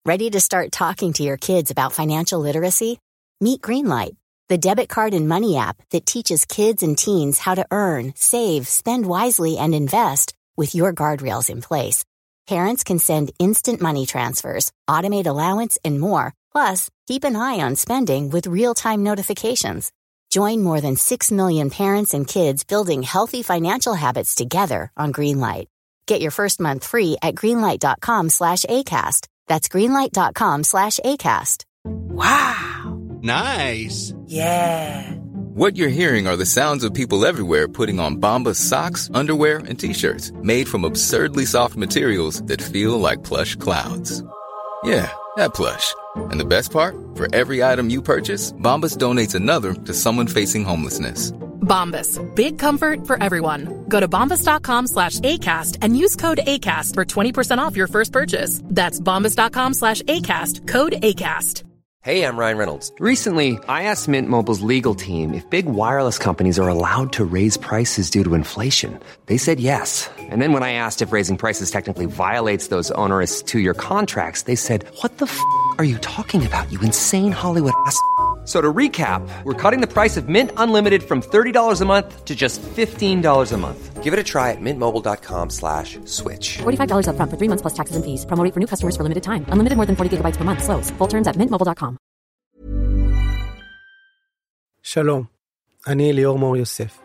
Ready to start talking to your kids about financial literacy? Meet Greenlight, the debit card and money app that teaches kids and teens how to earn, save, spend wisely, and invest with your guardrails in place. Parents can send instant money transfers, automate allowance, and more. Plus, keep an eye on spending with real-time notifications. Join more than 6 million parents and kids building healthy financial habits together on Greenlight. Get your first month free at greenlight.com/ACAST. That's greenlight.com/ACAST. Wow. Nice. Yeah. What you're hearing are the sounds of people everywhere putting on Bombas socks, underwear, and T-shirts made from absurdly soft materials that feel like plush clouds. Yeah, that plush. And the best part? For every item you purchase, Bombas donates another to someone facing homelessness. Bombas. Big comfort for everyone. Go to bombas.com/ACAST and use code ACAST for 20% off your first purchase. That's bombas.com/ACAST. Code ACAST. Hey, I'm Ryan Reynolds. Recently, I asked Mint Mobile's legal team if big wireless companies are allowed to raise prices due to inflation. They said yes. And then when I asked if raising prices technically violates those onerous 2-year contracts, they said, "What the f*** are you talking about, you insane Hollywood ass?" So to recap, we're cutting the price of Mint Unlimited from $30 a month to just $15 a month. Give it a try at mintmobile.com/switch. $45 up front for 3 months plus taxes and fees. Promo rate for new customers for limited time. Unlimited more than 40 gigabytes per month. Slows full terms at mintmobile.com. שלום, אני ליאור מור יוסף.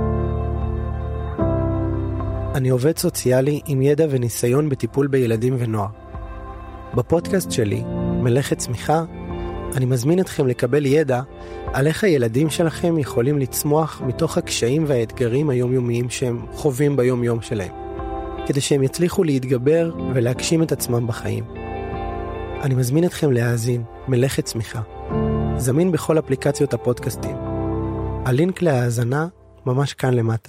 אני עובד סוציאלי עם ידע וניסיון בטיפול בילדים ונוער. בפודקאסט שלי, מלאכת צמיחה, אני מזמין אתכם לקבל ידע על איך הילדים שלכם יכולים לצמוח מתוך הקשיים והאתגרים היומיומיים שהם חווים ביום-יום שלהם, כדי שהם יצליחו להתגבר ולהגשים את עצמם בחיים. אני מזמין אתכם להאזין מלאכת צמיחה. זמין בכל אפליקציות הפודקאסטים. הלינק להאזנה ממש כאן למטה.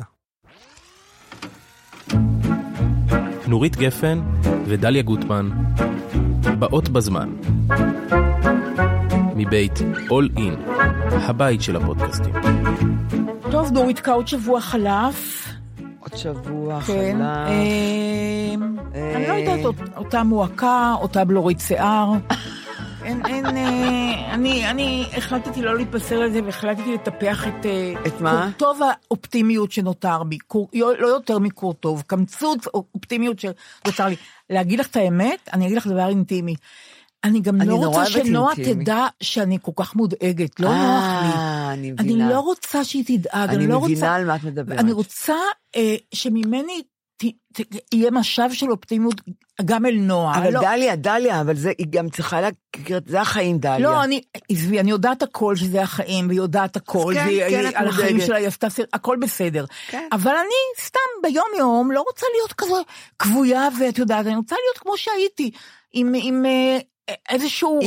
נורית גפן ודליה גוטמן באות בזמן. מבית All In, הבית של הפודקאסטים. טוב, נורית, עוד שבוע חלף. עוד שבוע כן. חלף. אני לא יודעת, אותה מועקה, אותה בלורית שיער. אני החלטתי לא להתבשר על זה, והחלטתי לטפח את מה? טוב האופטימיות שנותר בי, לא יותר מקור טוב, קמצות אופטימיות שנותר לי. להגיד לך את האמת, אני אגיד לך דבר אינטימי. אני גם לא רוצה שנועה תדע שאני כל כך מודאגת, לא נוח לי. אני לא רוצה שהיא תדאג. אני מבינה על מה את מדברת. אני רוצה שממני יהיה משב של אופטימיות גם אל נועה. אבל דליה, אבל זה, היא גם צריכה להכיר, זה החיים, דליה. לא, אני יודעת הכל שזה החיים, והיא יודעת הכל, על החיים שלה היא עשתה, הכל בסדר. אבל אני סתם ביום יום לא רוצה להיות כזה קבויה, ואת יודעת, אני רוצה להיות כמו שהייתי, עם איזשהו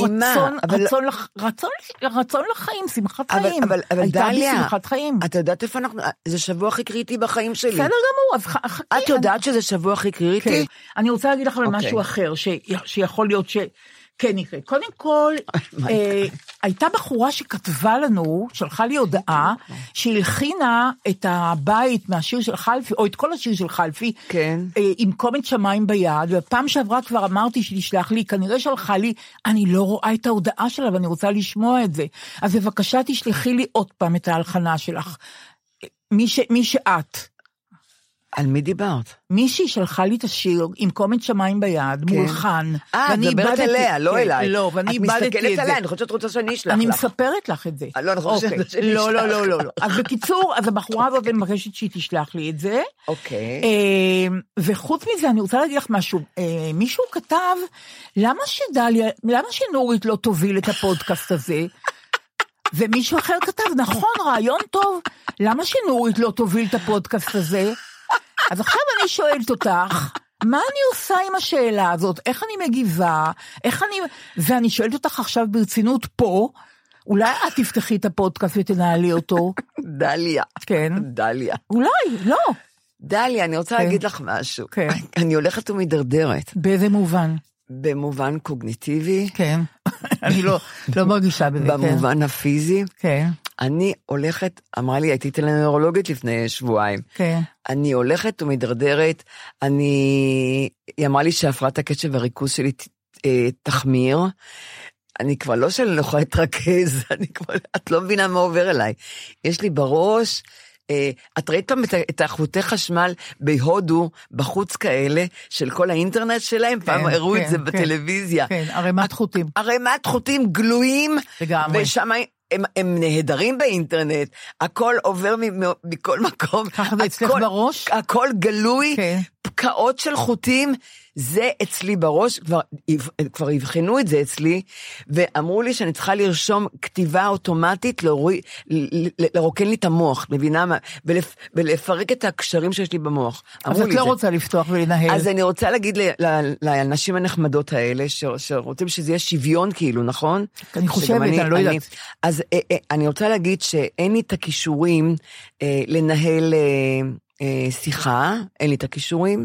רצון לחיים, שמחת חיים. אבל דליה, שמחת חיים. את יודעת איפה אנחנו, זה שבוע הכי קריטי בחיים שלי. בסדר גמור, אז חכי. את יודעת שזה שבוע הכי קריטי? אני רוצה להגיד לך על משהו אחר, שיכול להיות כן יקרה. קודם כל, הייתה בחורה שכתבה לנו, שלחה לי הודעה, שהלחינה את הבית מהשיר של חלפי, או את כל השיר של חלפי, עם קומת שמיים ביד, ופעם שעברה כבר אמרתי שתשלח לי, כנראה שלחה לי, אני לא רואה את ההודעה שלה, ואני רוצה לשמוע את זה. אז בבקשה תשלחי לי עוד פעם את ההלחנה שלך. מי שאת. על מי דיברת? מישהי שלחה לי את השיר עם קומת שמיים ביד, מולחן. מדברת אליה, לא אליי. לא, ואני איבדתי את זה. את מסתכלת עליי, אני חושבת שאת רוצה שאני אשלח לך. אני מספרת לך את זה. לא, אני חושבת שאני אשלח לך. לא. אז בקיצור, אז הבחורה הזאת מבקשת שהיא תשלח לי את זה. אוקיי. וחוץ מזה, אני רוצה להגיד לך משהו. מישהו כתב, למה שנורית לא תוביל את הפודקאסט הזה? ומישהו אחר כתב, נכון, רעיון טוב. למה שנורית לא תוביל את הפודקאסט הזה? אז עכשיו אני שואלת אותך, מה אני עושה עם השאלה הזאת? איך אני מגיבה? ואני שואלת אותך עכשיו ברצינות פה, אולי את תפתחי את הפודקאסט ותנהלי אותו? דליה. כן. דליה. אולי, לא. דליה, אני רוצה להגיד לך משהו. כן. אני הולכת ומדרדרת. באיזה מובן? במובן קוגניטיבי. כן. אני לא מרגישה בזה. במובן הפיזי. כן. אני הולכת, אמרה לי, הייתי טלנוירולוגית לפני שבועיים. כן. אני הולכת ומדרדרת, היא אמרה לי שהפרעת הקשב והריכוז שלי תחמיר, אני כבר לא שאני לא יכולה להתרכז, את לא מבינה מה עובר אליי. יש לי בראש, את ראית פעם את החוטי חשמל בהודו, בחוץ כאלה, של כל האינטרנט שלהם, פעם הראו את זה בטלוויזיה. כן, ערימת חוטים. ערימת חוטים גלויים, לגמרי. ושם הם נהדרים באינטרנט, הכל עובר מכל מקום. ככה זה אצלך בראש? הכל גלוי, פקעות של חוטים, זה אצלי בראש, כבר הבחנו את זה אצלי, ואמרו לי שאני צריכה לרשום כתיבה אוטומטית, לרוקן לי את המוח, מבינה מה, ולפרק את הקשרים שיש לי במוח. אז את לא רוצה לפתוח ולנהל. אז אני רוצה להגיד לאנשים הנחמדות האלה, שרוצים שזה יהיה שוויון כאילו, נכון? אני חושבת, אני לא יודעת. אז אני רוצה להגיד שאין לי את הכישורים לנהל שיחה, אין לי את הכישורים,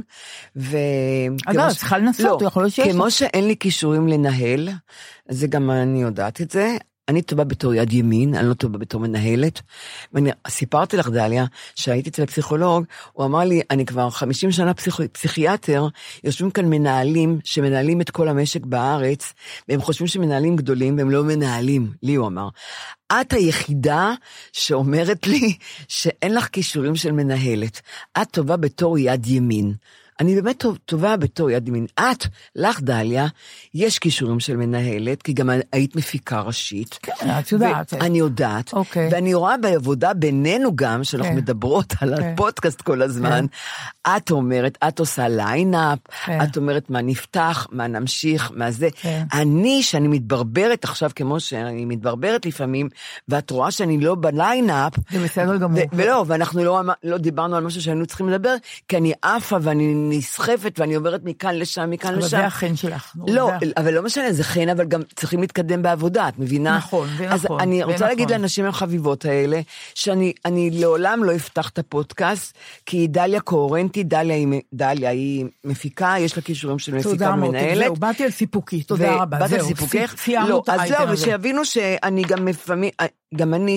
אגב, צריכה לנסות, יכול להיות שיש. כמו שאין לי כישורים לנהל, זה גם אני יודעת את זה, אני טובה בתור יד ימין, אני לא טובה בתור מנהלת, ואני סיפרתי לך דליה, שהייתי אצל הפסיכולוג, הוא אמר לי, אני כבר 50 שנה פסיכיאטר, יושבים כאן מנהלים, שמנהלים את כל המשק בארץ, והם חושבים שמנהלים גדולים, והם לא מנהלים, לי הוא אמר, את היחידה שאומרת לי, שאין לך כישורים של מנהלת, את טובה בתור יד ימין, אני באמת טובה בתור יד ימין. לך דליה, יש כישורים של מנהלת, כי גם היית מפיקה ראשית. כן, את יודעת. אני יודעת. אוקיי. ואני רואה בעבודה בינינו גם, שאנחנו מדברות על הפודקאסט כל הזמן, את אומרת, את עושה ליינאפ, את אומרת מה נפתח, מה נמשיך, מה זה. אני, שאני מתברברת עכשיו, כמו שאני מתברברת לפעמים, ואת רואה שאני לא בליינאפ, זה בסדר גמור. ולא, ואנחנו לא דיברנו על משהו שהיינו צריכים לדבר, כי אני עפה ואני נסחפת, ואני עוברת מכאן לשם, מכאן לשם. אבל זה החן שלך. לא, אבל לא משנה, זה חן, אבל גם צריכים להתקדם בעבודה, את מבינה? נכון, זה נכון. אז אני רוצה להגיד לאנשים החביבות האלה, שאני לעולם לא אפתח את הפודקאסט, כי דליה קורנטי, דליה היא מפיקה, יש לה כישורים של מפיקה ומנהלת. זהו, באתי על סיפוקי, תודה רבה. באתי על סיפוקך? לא, אז זהו, ושיבינו שאני גם לפעמים, גם אני,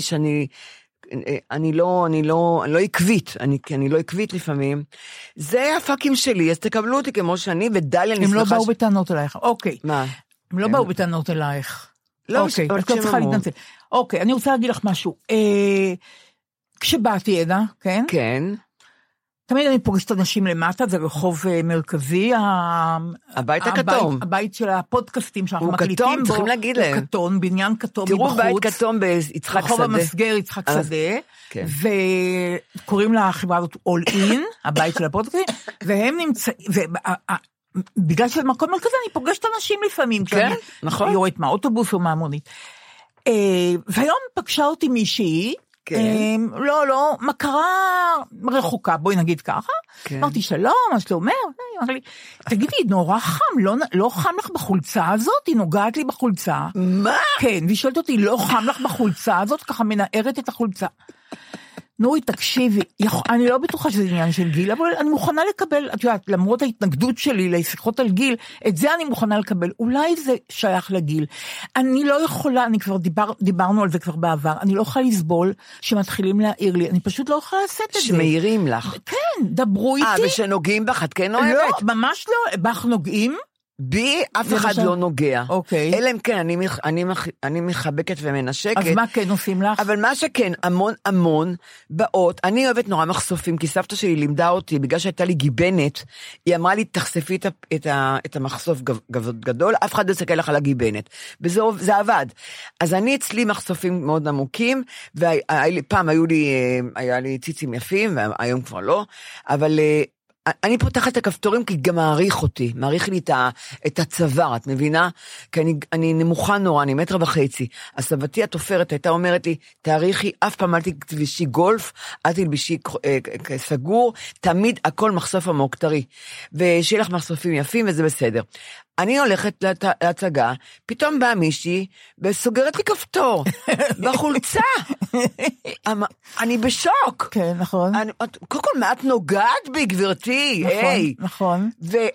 אני לא עקבית, כי אני לא עקבית לפעמים, זה הפאקים שלי, אז תקבלו אותי כמו שאני, ודליה הם לא באו בטענות אלייך, אוקיי. מה? הם לא באו בטענות אלייך. לא, אוקיי, את לא צריכה להתנצל. אוקיי, אני רוצה להגיד לך משהו. כשבאתי עדה, כן? כן. תמיד אני פוגשת אנשים למטה, זה רחוב מרכזי, הבית הכתום. הבית של הפודקאסטים שאנחנו מקליטים בו. הוא כתום, צריכים להגיד להם. הוא כתום, בניין כתום מבחוץ. תראו בית כתום ביצחק שדה. רחוב המסגר יצחק שדה, וקוראים לחברה הזאת All In, הבית של הפודקאסטים, והם נמצאים, בגלל שזה מקום מרכזי, אני פוגשת אנשים לפעמים, כן, נכון. יורדת מהאוטובוס או מהמונית. והיום פגשה אותי מישהי, לא, מכרה רחוקה, בואי נגיד ככה, אמרתי שלום, מה שאתה אומר, אמר לי, תגידי, נורא חם, לא חם לך בחולצה הזאת? היא נוגעת לי בחולצה. מה? כן, והיא שואלת אותי, לא חם לך בחולצה הזאת? ככה מנערת את החולצה. נורי, תקשיבי, אני לא בטוחה שזה עניין של גיל, אבל אני מוכנה לקבל, את יודעת, למרות ההתנגדות שלי לשיחות על גיל, את זה אני מוכנה לקבל, אולי זה שייך לגיל. אני לא יכולה, אני כבר דיברנו על זה כבר בעבר, אני לא יכולה לסבול שמתחילים להעיר לי, אני פשוט לא יכולה לעשות את זה. שמעירים לך. כן, דברו איתי. ושנוגעים בך, את כן אוהבת? לא, ממש לא, בך נוגעים. בי אף אחד לא נוגע. אוקיי. אלא אם כן, אני מחבקת ומנשקת. אז מה כן עושים לך? אבל מה שכן, המון באות, אני אוהבת נורא מחשופים, כי סבתא שלי לימדה אותי, בגלל שהייתה לי גיבנת, היא אמרה לי, תחשפי את המחשוף גדול, אף אחד לא יסתכל לך על הגיבנת. וזה עבד. אז אני אצלי מחשופים מאוד עמוקים, ופעם היה לי ציצים יפים, והיום כבר לא, אבל אני פותחת את הכפתורים כי גם מעריך לי את הצוואר, את מבינה? כי אני נמוכה נורא, אני 1.5 מטר. הסבתי התופרת הייתה אומרת לי, תאריכי, אף פעם אל תלבשי גולף, אל תלבשי סגור, תמיד הכל מחשוף עמוק טרי, ושיהיה לך מחשופים יפים וזה בסדר. אני הולכת להצגה, פתאום באה מישהי, וסוגרת לי כפתור, בחולצה. אני בשוק. כן, נכון. קודם כל, מה את נוגעת בי, גברתי? נכון.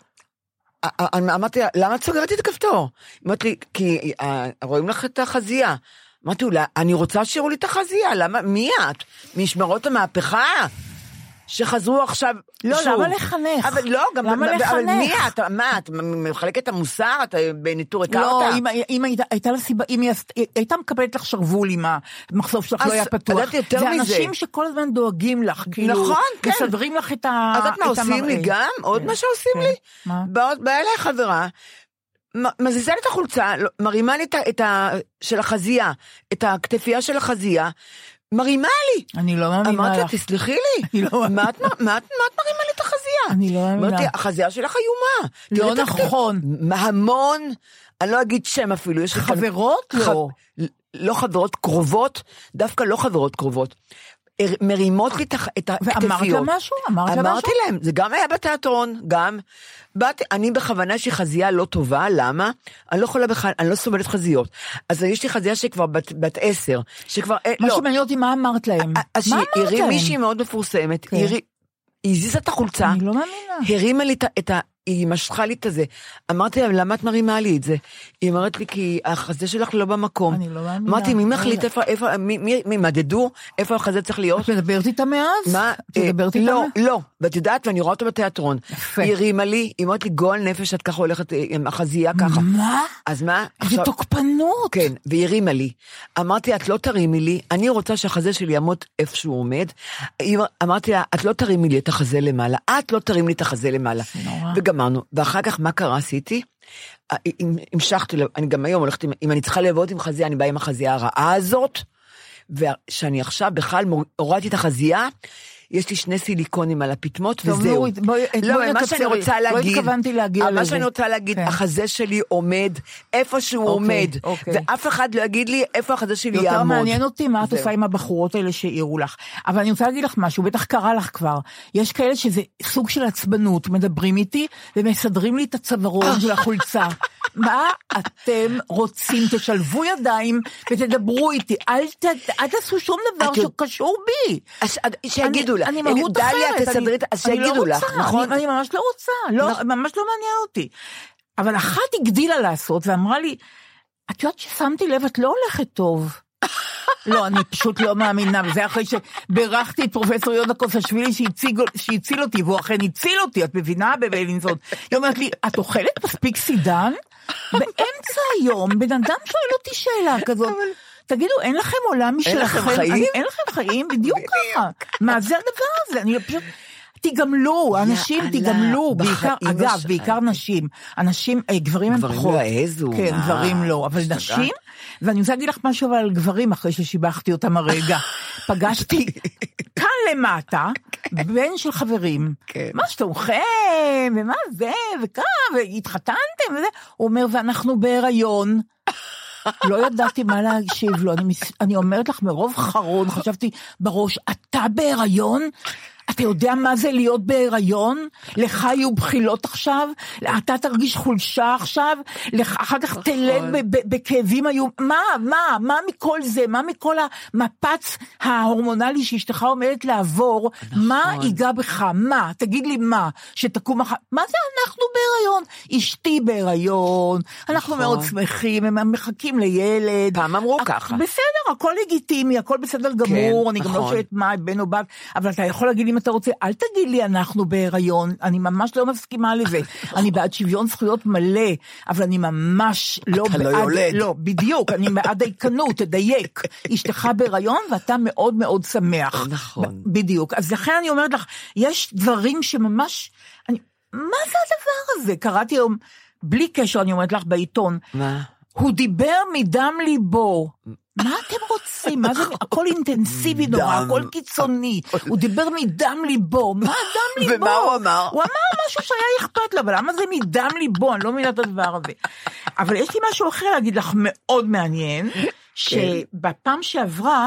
ואמרתי לה, למה את סוגרת לי את הכפתור? אמרתי לי, כי רואים לך את החזייה. אמרתי לה, אני רוצה שיראו לי את החזייה, למה? מי את? משמרות המהפכה? שחזרו עכשיו לא, שוב. למה לחנך? אבל לא, גם... למה לחנך? אבל מי? אתה מחלק את המוסר? אתה בניטור הקרתא? לא, אם הייתה לה סיבה, אם היא הייתה מקבלת לך שרוול עם המחשוף שלך לא היה פתוח. זה אנשים שכל הזמן דואגים לך, כאילו, נכון, כן. מסדרים לך את המראה. אז את מה עושים לי גם? עוד מה שעושים לי? באה אליי חברה, מזיזה לי את החולצה, מרימה לי של החזייה, את הכתפייה של החזייה, מרימה לי. אני לא מאמינה לך. אמרתי לה, תסלחי לי. מה את מרימה לי את החזייה? אני לא מאמינה. אמרתי, החזייה שלך איומה. לא נכון. המון, אני לא אגיד שם אפילו. חברות? לא. לא חברות קרובות, דווקא לא חברות קרובות. מרימות לי את הכתפיות. ואמרת לה משהו? אמרתי להם, זה גם היה בתיאטרון, גם. אני בכוונה שהיא חזייה לא טובה, למה? אני לא יכולה בכלל, אני לא סובלת חזיות. אז יש לי חזייה שכבר בת 10, שכבר, מה שמעניין אותי, מה אמרת להם? אז שהיא הרים מישהי מאוד מפורסמת, היא הזיזה את החולצה, אני לא מאמינה. הרימה לי היא משכה לי את זה. אמרתי לה, למה את מרימה לי את זה? היא אמרת לי, כי החזה שלך לא במקום. אני לא מאמינה. אמרתי, מי מחליט איפה, מי מדדו, איפה החזה צריך להיות? את מדברת איתה מאז? מה? לא, ואת יודעת, ואני רואה אותו בתיאטרון. יפה. היא הרימה לי, היא אמרת לי, גועל נפש, את ככה הולכת עם החזייה ככה. מה? אז מה? זה תוקפנות. כן, והיא הרימה לי. אמרתי, את לא תרימי לי, אני רוצה שהחזה שלי יעמוד איפה שהוא עומד. אמרתי לה, את לא תרימי לי את החזה למעלה, את לא תרימי לי את החזה למעלה. וגמרנו. ואחר כך מה קרה עשיתי? המשכתי, אני גם היום הולכת, אם אני צריכה לעבוד עם חזייה, אני באה עם החזייה הרעה הזאת, ושאני עכשיו בכלל הורדתי את החזייה, יש לי 2 סיליקונים על הפטמות, וזהו. לא, מה שאני רוצה להגיד, מה שאני רוצה להגיד, החזה שלי עומד איפה שהוא עומד, ואף אחד לא יגיד לי איפה החזה שלי יעמוד. יותר מעניין אותי מה את עושה עם הבחורות האלה שהעירו לך. אבל אני רוצה להגיד לך משהו, בטח קרה לך כבר. יש כאלה שזה סוג של עצבנות, מדברים איתי, ומסדרים לי את הצווארון של החולצה. מה אתם רוצים? תשלבו ידיים ותדברו איתי. אל תעשו שום דבר שקשור בי. שיגידו לך. אני מהות אחרת. אז שיגידו לך, נכון? אני ממש לא רוצה. ממש לא מעניין אותי. אבל אחת הגדילה לעשות ואמרה לי, את יודעת ששמתי לב, את לא הולכת טוב. לא, אני פשוט לא מאמינה, וזה אחרי שברכתי את פרופסור יהודה קוסאשווילי שהציל אותי, והוא אכן הציל אותי, את מבינה בבלינסון. היא אומרת לי, את אוכלת מספיק סידן? באמצע היום, בן אדם שואל אותי שאלה כזאת, תגידו, אין לכם עולם משלכם? אין לכם חיים? אין לכם חיים? בדיוק ככה. מה זה הדבר הזה? אני פשוט... תיגמלו, אנשים תיגמלו, אגב, בעיקר נשים, גברים הם פחות. גברים לא העזו. כן, גברים לא, אבל נשים, ואני רוצה להגיד לך משהו על גברים, אחרי ששיבחתי אותם הרגע, פגשתי כאן למטה, בן של חברים, מה שלומכם, ומה זה, וכאן, והתחתנתם, וזה, הוא אומר, ואנחנו בהיריון, לא ידעתי מה להקשיב לו, אני אומרת לך מרוב חרון, חשבתי בראש, אתה בהיריון? אתה יודע מה זה להיות בהיריון? לך יהיו בחילות עכשיו? אתה תרגיש חולשה עכשיו? אחר כך תלד בכאבים היו... מה מכל זה? מה מכל המפץ ההורמונלי שאשתך עומדת לעבור? מה ייגע בך? מה? תגיד לי מה? שתקום אחת... מה זה אנחנו בהיריון? אשתי בהיריון, אנחנו מאוד שמחים, הם מחכים לילד. פעם אמרו ככה. בסדר, הכל לגיטימי, הכל בסדר גמור, אני גם לא שואלת מה, בן או בת, אבל אתה יכול להגיד לי אם אתה רוצה, אל תגיד לי אנחנו בהיריון, אני ממש לא מסכימה לזה, אני בעד שוויון זכויות מלא, אבל אני ממש לא בעד, לא, בדיוק, אני בעד דייקנות, תדייק, אשתך בהיריון ואתה מאוד מאוד שמח. נכון. בדיוק, אז לכן אני אומרת לך, יש דברים שממש, מה זה הדבר הזה? קראתי היום, בלי קשר אני אומרת לך בעיתון, מה? הוא דיבר מדם ליבו. מה אתם רוצים? מה זה? הכל אינטנסיבי נורא, הכל קיצוני. הוא דיבר מדם ליבו. מה דם ליבו? ומה הוא אמר? הוא אמר משהו שהיה אכפת לו, אבל למה זה מדם ליבו? אני לא מבינה את הדבר הזה. אבל יש לי משהו אחר להגיד לך מאוד מעניין, שבפעם שעברה,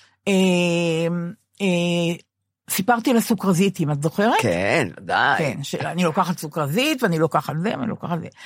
סיפרתי על הסוכרזיתים, את זוכרת? כן, די. כן, שאני לוקחת סוכרזית, ואני לוקחת זה, ואני לוקחת זה.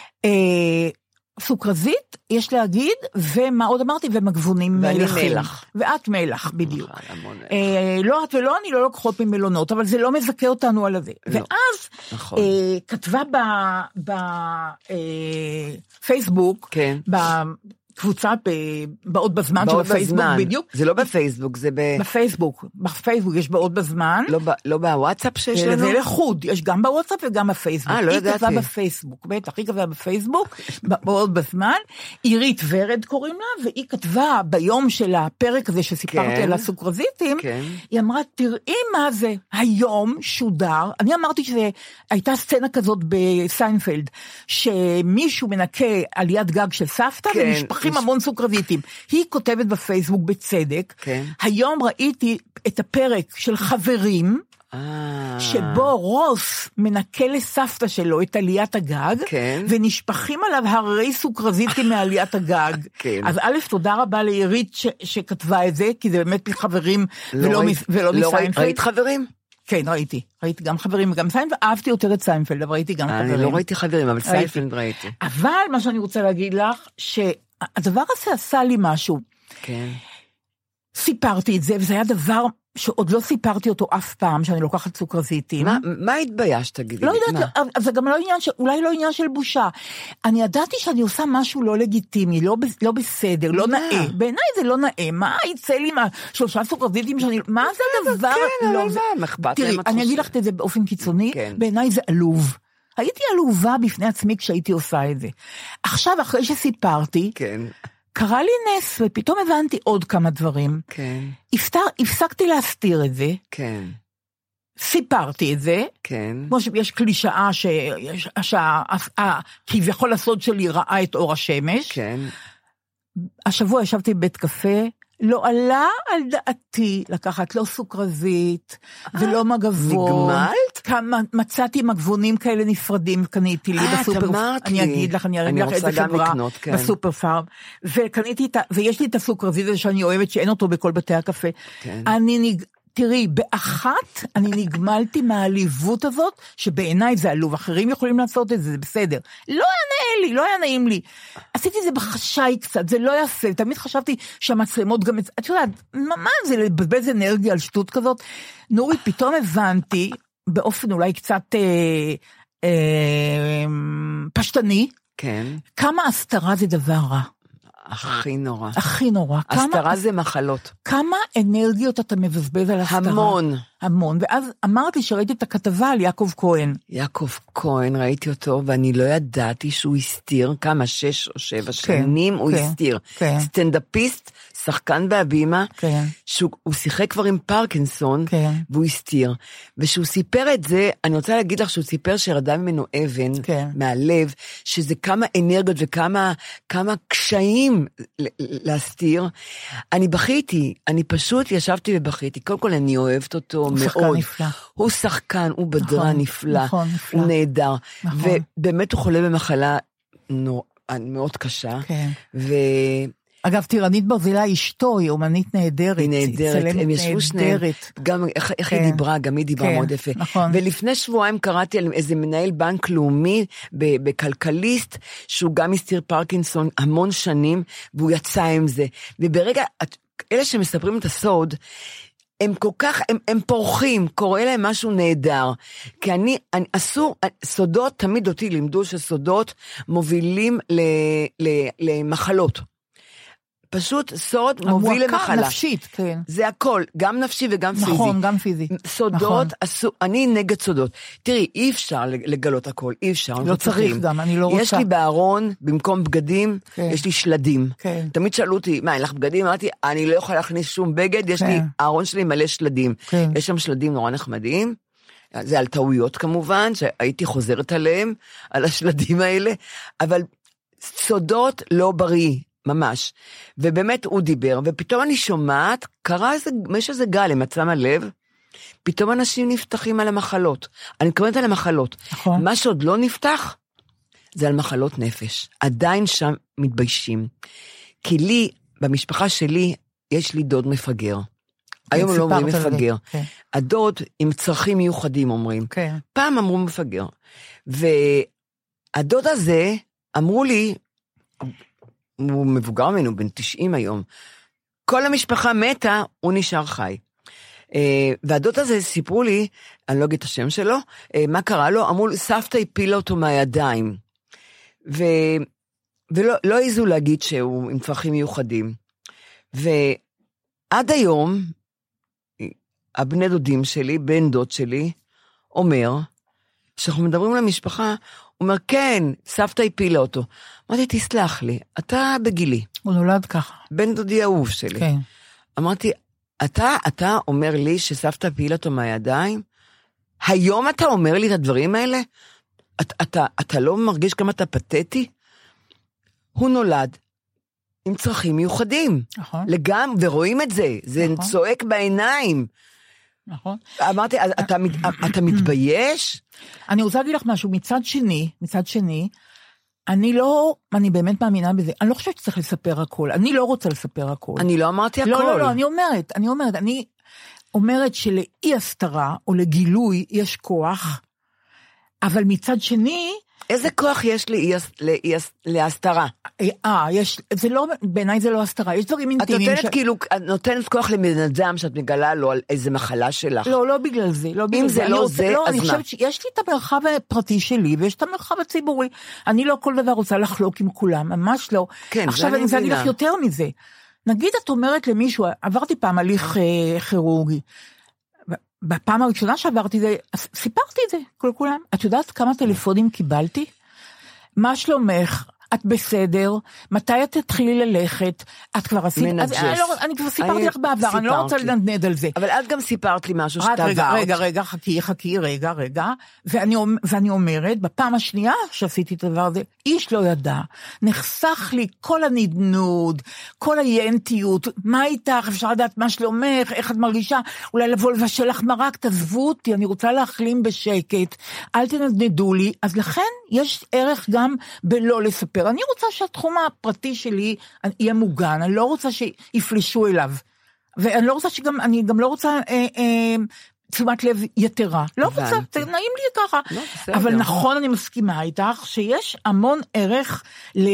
סוכרזית, יש להגיד, ומה עוד אמרתי, ומגבונים מלחים. ואת מלח, בדיוק. לא את ולא, אני לא לוקחות ממלונות, אבל זה לא מזכה אותנו על זה. ואז כתבה בפייסבוק, קבוצה באות בזמן של הפייסבוק, בדיוק. זה לא בפייסבוק, זה בפייסבוק יש באות בזמן. לא בוואטסאפ שיש לנו? זה לחוד, יש גם בוואטסאפ וגם בפייסבוק. לא ידעתי. היא כתבה בפייסבוק, בטח, היא כתבה בפייסבוק, באות בזמן, עירית ורד קוראים לה, והיא כתבה ביום של הפרק הזה שסיפרתי על הסוכרזיתים, היא אמרה, תראי מה זה, היום שודר, אני אמרתי שהייתה סצנה כזאת בסיינפלד, שמישהו מנקה על יד גג של סבתא, ונשפחים המון סוכרזיתים. היא כותבת בפייסבוק בצדק, היום ראיתי את הפרק של חברים, שבו רוס מנקה לסבתא שלו את עליית הגג, ונשפחים עליו הרי סוכרזיתים מעליית הגג. אז א', תודה רבה לעירית שכתבה את זה, כי זה באמת חברים ולא מסיינפלד. ראית חברים? כן, ראיתי גם חברים וגם סיינפלד, אהבתי יותר את סיינפלד, אבל ראיתי גם חברים. אני לא ראיתי חברים, אבל סיינפלד ראיתי. אבל מה שאני רוצה להגיד לך, שהדבר הזה עשה לי משהו. כן. סיפרתי את זה, וזה היה דבר שעוד לא סיפרתי אותו אף פעם, שאני לוקחת סוכרזיתים. מה התביישת, תגידי? לא יודעת, זה גם לא עניין אולי לא עניין של בושה. אני ידעתי שאני עושה משהו לא לגיטימי, לא בסדר, לא נאה. בעיניי זה לא נאה. מה יצא לי מהשלושה סוכרזיתים שאני... מה זה הדבר? תראי, אני אגיד לך את זה באופן קיצוני, בעיניי זה עלוב. הייתי עלובה בפני עצמי כשהייתי עושה את זה. עכשיו, אחרי שסיפרתי, קרה לי נס, ופתאום הבנתי עוד כמה דברים. כן. הפסקתי להסתיר את זה. כן. סיפרתי את זה. כן. כמו שיש קלישאה כביכול הסוד שלי ראה את אור השמש. כן. השבוע ישבתי בבית קפה, לא עלה על דעתי לקחת לא סוכרזית ולא מגבון. נגמלת? מצאתי מגבונים כאלה נפרדים, קניתי לי בסופר. אני אגיד לך, אני אראה לך איזה חברה בסופר פארם. וקניתי, ויש לי את הסוכרזית הזה שאני אוהבת, שאין אותו בכל בתי הקפה. תראי, באחת אני נגמלתי מהעליבות הזאת, שבעיניי זה עלוב, אחרים יכולים לעשות את זה, זה בסדר. לא היה נאה לי, לא היה נעים לי. עשיתי את זה בחשאי קצת, זה לא יפה, תמיד חשבתי שהמצלמות גם, את יודעת, מה זה לבזבז אנרגיה על שטות כזאת? נורי, פתאום הבנתי, באופן אולי קצת פשטני, כמה הסתרה זה דבר רע. הכי נורא. הכי נורא. הסתרה זה מחלות. כמה אנרגיות אתה מבזבז על הסתרה? המון. המון. ואז אמרתי שראיתי את הכתבה על יעקב כהן. יעקב כהן, ראיתי אותו, ואני לא ידעתי שהוא הסתיר, כמה 6 או 7 שנים הוא הסתיר. סטנדאפיסט, שחקן בהבימה, שהוא שיחק כבר עם פרקינסון, והוא הסתיר. ושהוא סיפר את זה, אני רוצה להגיד לך שהוא סיפר שירדה ממנו אבן, מהלב, שזה כמה אנרגיות וכמה קשיים להסתיר. אני בכיתי, אני פשוט ישבתי ובכיתי. קודם כל אני אוהבת אותו מאוד. הוא שחקן, הוא בדרן נפלא, הוא נהדר. ובאמת הוא חולה במחלה מאוד קשה. אגב, טירנית ברזילי, אשתו, היא אומנית נהדרת. היא נהדרת, הם ישבו שניהם. גם איך היא דיברה, גם היא דיברה מאוד יפה. ולפני שבועיים קראתי על איזה מנהל בנק לאומי, בכלכליסט, שהוא גם הסתיר פרקינסון המון שנים, והוא יצא עם זה. וברגע, אלה שמספרים את הסוד, הם כל כך, הם פורחים, קורא להם משהו נהדר, כי סודות, תמיד אותי לימדו שסודות מובילים למחלות. פשוט סוד מוביל למחלה. המועקה נפשית, כן. זה הכל, גם נפשי וגם פיזי. נכון, גם פיזי. סודות, אני נגד סודות. תראי, אי אפשר לגלות הכל, אי אפשר. לא צריך גם, אני לא רוצה. יש לי בארון, במקום בגדים, יש לי שלדים. תמיד שאלו אותי, מה, אין לך בגדים? אמרתי, אני לא יכולה להכניס שום בגד, יש לי, הארון שלי מלא שלדים. יש שם שלדים נורא נחמדים. זה על טעויות כמובן, שהייתי חוזרת עליהם, על השלדים האלה, אבל סודות לא בריא. ממש, ובאמת הוא דיבר, ופתאום אני שומעת, קרה איזה גל עם עצם הלב, פתאום אנשים נפתחים על המחלות, אני מתכוונת על המחלות, נכון. מה שעוד לא נפתח, זה על מחלות נפש, עדיין שם מתביישים, כי לי, במשפחה שלי, יש לי דוד מפגר, היום לא אומרים מפגר, הדוד עם צרכים מיוחדים אומרים, פעם אמרו מפגר, והדוד הזה, אמרו לי, הוא מבוגר ממנו, בן 90 היום. כל המשפחה מתה, הוא נשאר חי. והדוד הזה סיפרו לי, אני לא אגיד את השם שלו, מה קרה לו? אמרו, סבתא הפילה אותו מהידיים. ולא העזו להגיד שהוא עם צרכים מיוחדים. ועד היום, הבני דודים שלי, בן דוד שלי, אומר, כשאנחנו מדברים למשפחה, הוא אומר, כן, סבתא הפילה אותו. אמרתי, תסלח לי, אתה בגילי. הוא נולד ככה. בן דודי אהוב שלי. כן. אמרתי, אתה אומר לי שסבתא הפילה אותו מהידיים? היום אתה אומר לי את הדברים האלה? אתה לא מרגיש כמה אתה פתטי? הוא נולד עם צרכים מיוחדים. נכון. ורואים את זה, זה נכון. צועק בעיניים. נכון. אמרתי, אתה מתבייש? אני רוצה להגיד לך משהו, מצד שני, אני באמת מאמינה בזה, אני לא חושבת שצריך לספר הכל, אני לא רוצה לספר הכל. אני לא אמרתי הכל. לא, אני אומרת שלאי הסתרה, או לגילוי, יש כוח, אבל מצד שני, איזה כוח יש להסתרה? בעיניי זה לא הסתרה, יש דברים אינטימיים. את נותנת כוח לבן אדם שאת מגלה לו על איזה מחלה שלך. לא בגלל זה. אם זה לא זה, אז מה? אני חושבת שיש לי את המרחב הפרטי שלי, ויש את המרחב הציבורי. אני לא כל דבר רוצה לחלוק עם כולם, ממש לא. עכשיו אני רוצה להגיד לך יותר מזה. נגיד את אומרת למישהו, עברתי פעם הליך כירורגי, בפעם הראשונה שעברתי זה, סיפרתי את זה, כולם. את יודעת כמה טלפונים קיבלתי? מה שלומך? את בסדר? מתי את תתחילי ללכת? את כבר עשית... אני כבר סיפרתי לך בעבר, אני לא רוצה לנדנד על זה. אבל את גם סיפרת לי משהו שאתה עברת. רגע, חכי, ואני אומרת, בפעם השנייה שעשיתי את הדבר הזה, איש לא ידע, נחסך לי כל הנדנוד, כל היינטיות, מה איתך, אפשר לדעת מה שלומך, איך את מרגישה, אולי לבוא לבשל לך מרק, תעזבו אותי, אני רוצה להחלים בשקט, אל תנדנדו לי, אז לכן יש ערך גם בלא לספר. אני רוצה שהתחום הפרטי שלי יהיה מוגן, אני לא רוצה שיפלשו אליו, ואני לא רוצה אני גם לא רוצה תשומת לב יתרה, לא רוצה, זה נעים לי ככה, אבל נכון אני מסכימה איתך, שיש המון ערך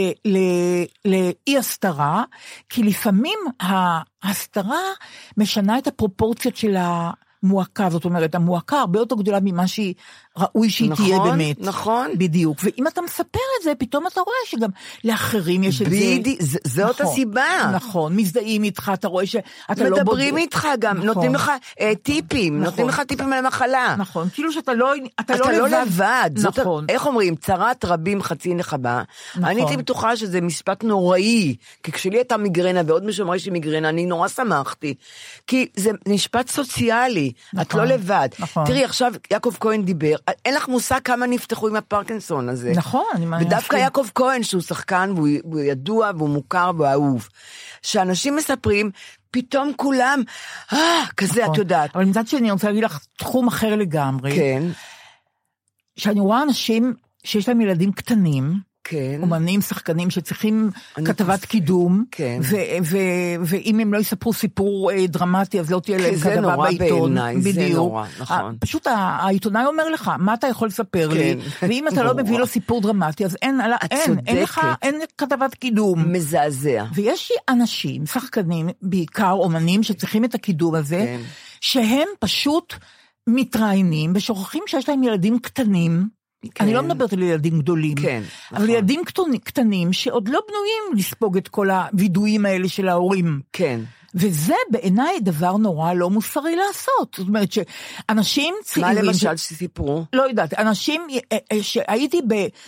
לאי הסתרה, כי לפעמים ההסתרה משנה את הפרופורציות של המועקה, זאת אומרת, המועקה הרבה יותר גדולה ממה שהיא ראוי שהיא תהיה באמת. נכון. בדיוק. ואם אתה מספר את זה, פתאום אתה רואה שגם לאחרים יש את זה. זאת הסיבה. נכון. מזדהים איתך, אתה רואה שאתה לא... מדברים איתך גם, נותנים לך טיפים, נותנים לך טיפים על המחלה. נכון. כאילו שאתה לא לבד. נכון. איך אומרים? צרת רבים חצי נחמה. אני הייתי בטוחה שזה משפט נוראי, כי כשלי הייתה מיגרנה, ועוד מישהו אמר לי מיגרנה, אני נורא שמחתי. כי זה משפט סוציאלי. את לא לבד. תראי, עכשיו יעקב כהן דיבר, אין לך מושג כמה נפתחו עם הפרקינסון הזה. נכון, אני מאמינה. ודווקא יעקב כהן, שהוא שחקן, והוא ידוע, והוא מוכר, והוא אהוב. שאנשים מספרים, פתאום כולם, כזה, את יודעת. אבל מצד שני, אני רוצה להגיד לך תחום אחר לגמרי. כן. שאני רואה אנשים שיש להם ילדים קטנים, כן. אומנים, שחקנים שצריכים כתבת קידום, כן. ואם הם לא יספרו סיפור דרמטי, אז לא תהיה להם כתבה בעיתון. זה נורא בעיניי, זה נורא, נכון. פשוט העיתונאי אומר לך, מה אתה יכול לספר לי? ואם אתה לא מביא לו סיפור דרמטי, אז אין כתבת קידום. מזעזע. ויש אנשים, שחקנים, בעיקר אומנים, שצריכים את הקידום הזה, שהם פשוט מתראיינים, ושוכחים שיש להם ילדים קטנים, כן. אני לא מדברת על ילדים גדולים, כן, אבל נכון. ילדים קטנים שעוד לא בנויים לספוג את כל הוידועים האלה של ההורים. כן. וזה בעיניי דבר נורא לא מוסרי לעשות. זאת אומרת שאנשים צעירים... מה למשל שסיפרו? לא יודעת, אנשים שהייתי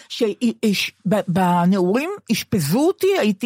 בנעורים, השפזו אותי,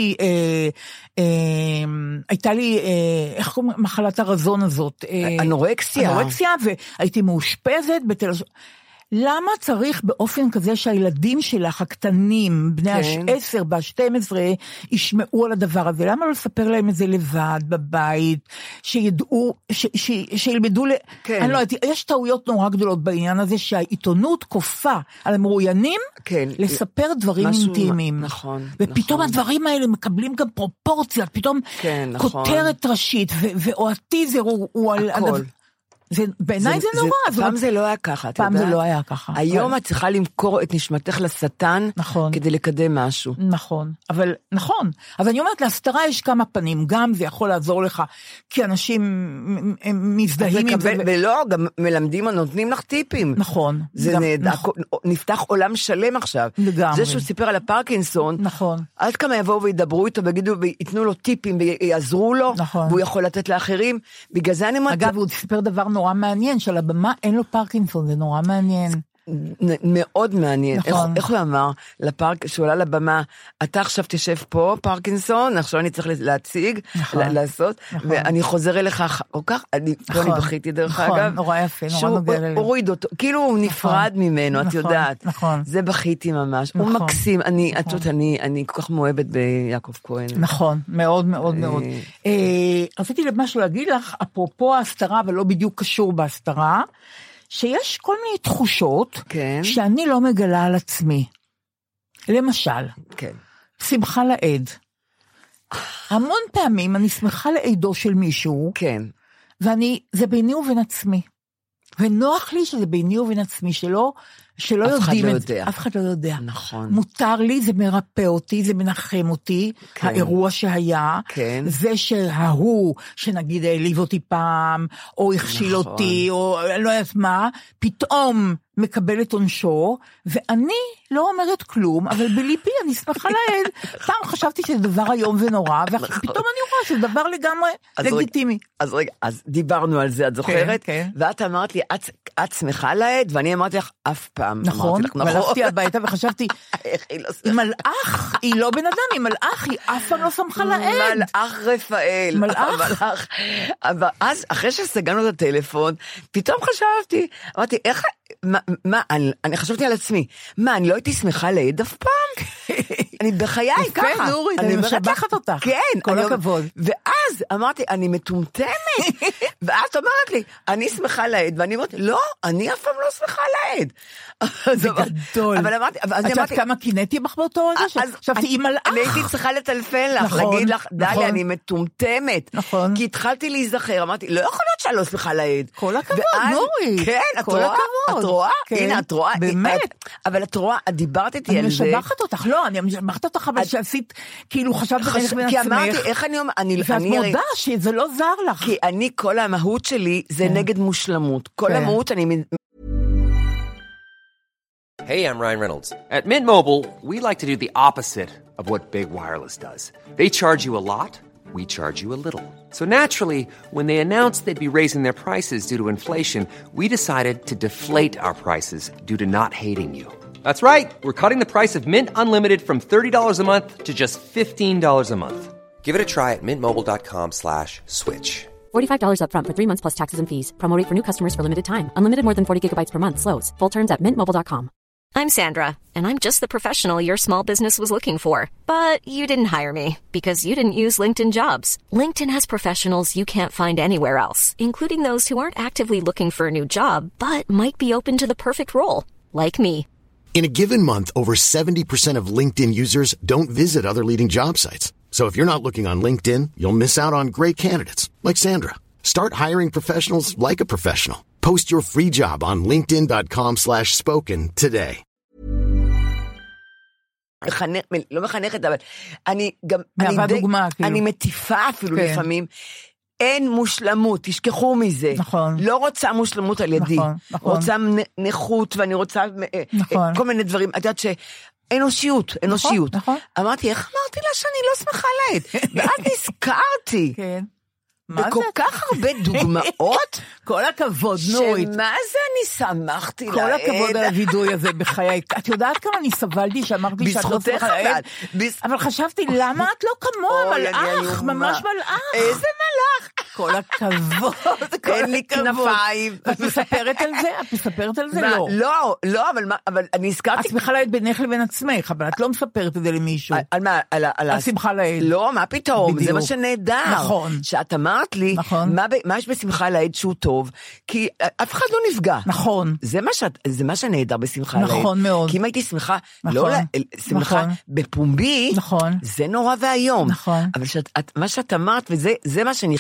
הייתה לי, איך קוראים מחלת הרזון הזאת? אנורקסיה. והייתי מאושפזת בתל אביב. למה צריך באופן כזה שהילדים שלך הקטנים, בני ה-10 ב-12, ישמעו על הדבר הזה? למה לא לספר להם את זה לבד, בבית, שידעו, שילמדו, אני לא יודעת, יש טעויות נורא גדולות בעניין הזה, שהעיתונות כופה על המרואיינים, לספר דברים אינטימיים. נכון. ופתאום הדברים האלה מקבלים גם פרופורציות, פתאום כותרת ראשית, ואו הטיזר הוא על... הכל. בעיניי זה נורא. פעם זה לא היה ככה, אתה יודע? פעם זה לא היה ככה. היום את צריכה למכור את נשמתך לשטן, כדי לקדם משהו. נכון, אבל אני אומרת, להסתרה יש כמה פנים, גם זה יכול לעזור לך, כי אנשים מזדהים עם זה. ולא, גם מלמדים או נותנים לך טיפים. נכון. זה נפתח עולם שלם עכשיו. לגמרי. זה שהוא סיפר על הפרקינסון, נכון. עד כמה יבואו וידברו איתו, ויתנו לו טיפים, ויעזרו לו, והוא יכול לתת לאחרים, בגלל זה אני אומרת... אגב, הוא סיפר דבר נורא מעניין, של הבמה אין לו פרקינסון, זה נורא מעניין. מאוד מעניין. נכון. איך הוא אמר לפארק, שהוא עלה לבמה, אתה עכשיו תשב פה, פרקינסון, עכשיו אני צריך להציג, לעשות, ואני חוזר אליך, או כך, אני בכיתי דרך אגב. נכון, נורא יפה, נורא נוגע ללב. שהוא הוריד אותו, כאילו הוא נפרד ממנו, את יודעת. נכון. זה בכיתי ממש. הוא מקסים, אני כל כך מאוהבת ביעקב כהן. נכון, מאוד מאוד מאוד. רציתי משהו להגיד לך, אפרופו ההסתרה, אבל לא בדיוק קשור בהסתרה, שיש כל מיני תחושות שאני לא מגלה על עצמי. למשל, שמחה לעד. המון פעמים אני שמחה לעדו של מישהו, זה ביני ובין עצמי. ונוח לי שזה ביני ובין עצמי, שלא יודעים את זה. אף אחד לא יודע. נכון. מותר לי, זה מרפא אותי, זה מנחם אותי, האירוע שהיה, זה שההוא, שנגיד העליב אותי פעם, או הכשיל אותי, או לא יודעת מה, פתאום מקבל את עונשו, ואני לא אומרת כלום, אבל בליבי אני שמחה לעד. פעם חשבתי שזה דבר היום ונורא, ופתאום אני רואה שזה דבר לגמרי לגיטימי. אז רגע, אז דיברנו על זה, את זוכרת? ואת אמרת לי, את שמחה לעד, ואני אמרתי לך, אף פעם. נכון, והלכתי הביתה וחשבתי, מלאך היא לא בן אדם, היא מלאך, היא אף פעם לא שמחה לעד. מלאך רפאל. מלאך. אבל אז, אחרי שסגרנו את הטלפון, פתאום חשבתי, אמרתי, איך... אני חשבתי על עצמי, אני לא הייתי שמחה לעד אף פעם? אני בחיי ככה. יפה, נורית, אני משבחת אותך. כן. כל הכבוד. ואז אמרתי, אני מטומטמת. ואת אומרת לי, אני שמחה לעד, ואני אמרתי, לא, אני אף פעם לא שמחה לעד. זה גדול. אבל אמרתי, את יודעת כמה קינאתי בך באותו רגע? חשבתי, היא מלאך. אני הייתי צריכה לטלפן לך, להגיד לך, דליה, אני מטומטמת. נכון. כי התחלתי להיזכר, אמרתי, לא יכול להיות שאני לא שמחה לעד. כל הכבוד, נורית. כן, את רואה? את רואה? הנה, את רואה? באמת. אבל את רואה, את דיברת איתי על זה. אני משבחת אותך, לא, אני משבחת אותך, אבל שעשית, כאילו חשבת איך בין עצמך. כי אמרתי, איך אני אומר, ואת מודה שזה לא זר לך. כי אני, כל המהות שלי, זה נגד מושלמות. כל המהות אני... Hey, I'm Ryan Reynolds. At Mint Mobile, we like to do the opposite of what Big Wireless does. They charge you a lot, we charge you a little. So naturally, when they announced they'd be raising their prices due to inflation, we decided to deflate our prices due to not hating you. That's right. We're cutting the price of Mint Unlimited from $30 a month to just $15 a month. Give it a try at mintmobile.com/switch. $45 up front for 3 months plus taxes and fees. Promo rate for new customers for limited time. Unlimited more than 40 gigabytes per month. Slows full terms at mintmobile.com. I'm Sandra, and I'm just the professional your small business was looking for. But you didn't hire me because you didn't use LinkedIn Jobs. LinkedIn has professionals you can't find anywhere else, including those who aren't actively looking for a new job, but might be open to the perfect role, like me. In a given month, over 70% of LinkedIn users don't visit other leading job sites. So if you're not looking on LinkedIn, you'll miss out on great candidates, like Sandra. Start hiring professionals like a professional. Post your free job on linkedin.com/spoken today. לא מחנכת, אבל אני מטיפה אפילו לפעמים. אין מושלמות, תשכחו מזה. נכון. לא רוצה מושלמות על ידי. נכון. רוצה נכות, ואני רוצה כל מיני דברים. את יודעת אנושיות. נכון. אמרתי, איך אמרתי לה שאני לא שמחה לעד? ואז נזכרתי. כן. וכל כך הרבה דוגמאות. כל הכבוד, נורית. שמה זה אני שמחתי לעד? כל הכבוד על הוידוי הזה בחיי. את יודעת כמה אני סבלתי שאמרתי שאת לא שמחה לעד? אבל חשבתי, למה את לא כמו מלאך? ממש מלאך. איזה מלאך? כל הכבוד. אין לי כנפיים. את מספרת על זה? את מספרת על זה? לא, אבל אני הזכרתי. את שמחה לעד בינך לבין עצמך, אבל את לא מספרת את זה למישהו. על מה? על שמחה לעד. לא, מה פתאום? זה מה שנהדר. נכון. שאת אמרת לי, מה יש בשמחה לעד שהוא טוב? כי אף אחד לא נפגע. נכון. זה מה שנהדר בשמחה לעד. נכון מאוד. כי אם הייתי שמחה, שמחה בפומבי, זה נורא והיום. נכון. אבל מה שאת אמרת, וזה מה שנכנס לי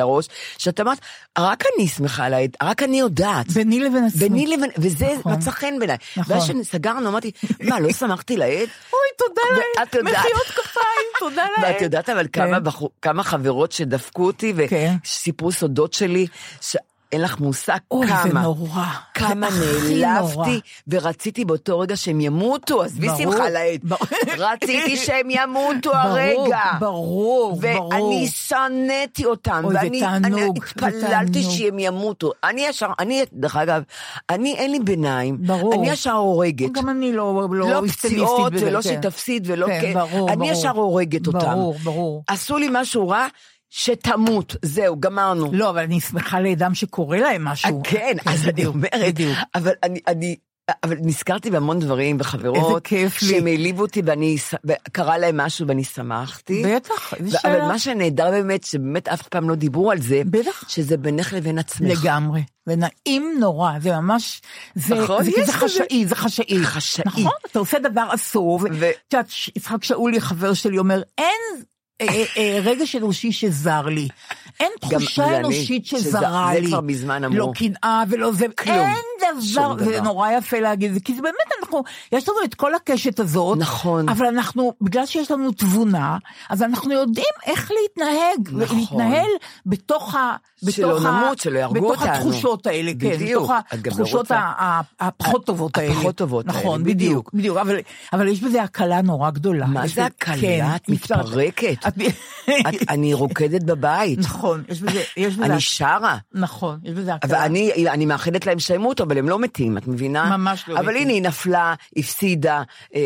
לראש, שאת אמרת, רק אני שמחה על העד, רק אני יודעת. ביני לבין עצמי. ביני לבין, וזה מצא חן בעיניי. ואז שסגרנו, אמרתי, מה, לא שמחתי לעד? אוי, תודה לעד, מחיאות כפיים, תודה לעד. ואת יודעת, אבל כמה חברות שדפקו אותי, וסיפרו סודות שלי, אין לך מושג כמה נעלבתי, ורציתי באותו רגע שהם ימותו, אז בשמחה לעד, רציתי שהם ימותו הרגע, ברור, ואני שנאתי אותם, ואני התפללתי שהם ימותו, דרך אגב, אין לי ביניים, אני ישר הורגת, גם אני לא פציעות, ולא שתפסיד, אני ישר הורגת אותם, עשו לי משהו רע, שתמות, זהו, גמרנו. לא, אבל אני שמחה לאדם שקורא להם משהו. כן, אז אני אומרת, אבל נזכרתי בהמון דברים בחברות, שהם העליבו אותי, וקרא להם משהו ואני שמחתי. בטח, איזה שאלה. אבל מה שנהדר באמת, שבאמת אף פעם לא דיברו על זה, בטח. שזה בינך לבין עצמך. לגמרי, ונעים נורא, זה ממש, זה חשאי, זה חשאי. נכון, אתה עושה דבר אסור, ותשעת, יצחק שאולי, חבר שלי, אומר, אין רגע אנושי שזר לי. אין תחושה אנושית שזרה לי. זה כבר מזמן אמרו. לא קנאה ולא זה. אין דבר. זה נורא יפה להגיד. כי זה באמת, יש לנו את כל הקשת הזאת. נכון. אבל אנחנו, בגלל שיש לנו תבונה, אז אנחנו יודעים איך להתנהג. להתנהל בתוך שלא נמות, שלא ירגו אותנו. בתוך התחושות האלה, כן. בתוך התחושות הפחות טובות האלה. הפחות טובות האלה. נכון, בדיוק. אבל יש בזה הקלה נורא גדולה. מה זה הקלה? את מתפרקת. אני רוקדת בבית. נכון, יש בזה... אני שרה. נכון, יש בזה הקלה. ואני מאחדת להם שימות, אבל הם לא מתים, את מבינה? ממש לא מתים. אבל הנה, היא נפלה, הפסידה,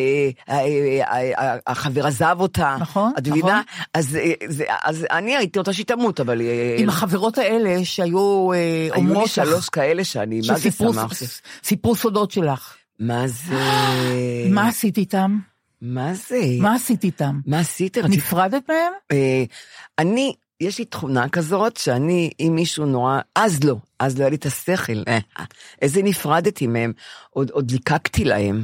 החבר עזב אותה. נכון, את מבינה? אז אני הייתי אותה שתמות, אבל... עם החברות האלה שהיו אומרות לך... היו לי 3 כאלה שאני, מה זה שמחתי? סיפרו סודות שלך. מה זה? מה עשית איתם? מה זה? מה עשית איתם? מה עשית? נפרדת מהם? יש לי תכונה כזאת, שאני, אם מישהו נורא, אז לא היה לי את השכל, איזה נפרדתי מהם, עוד ליקקתי להם,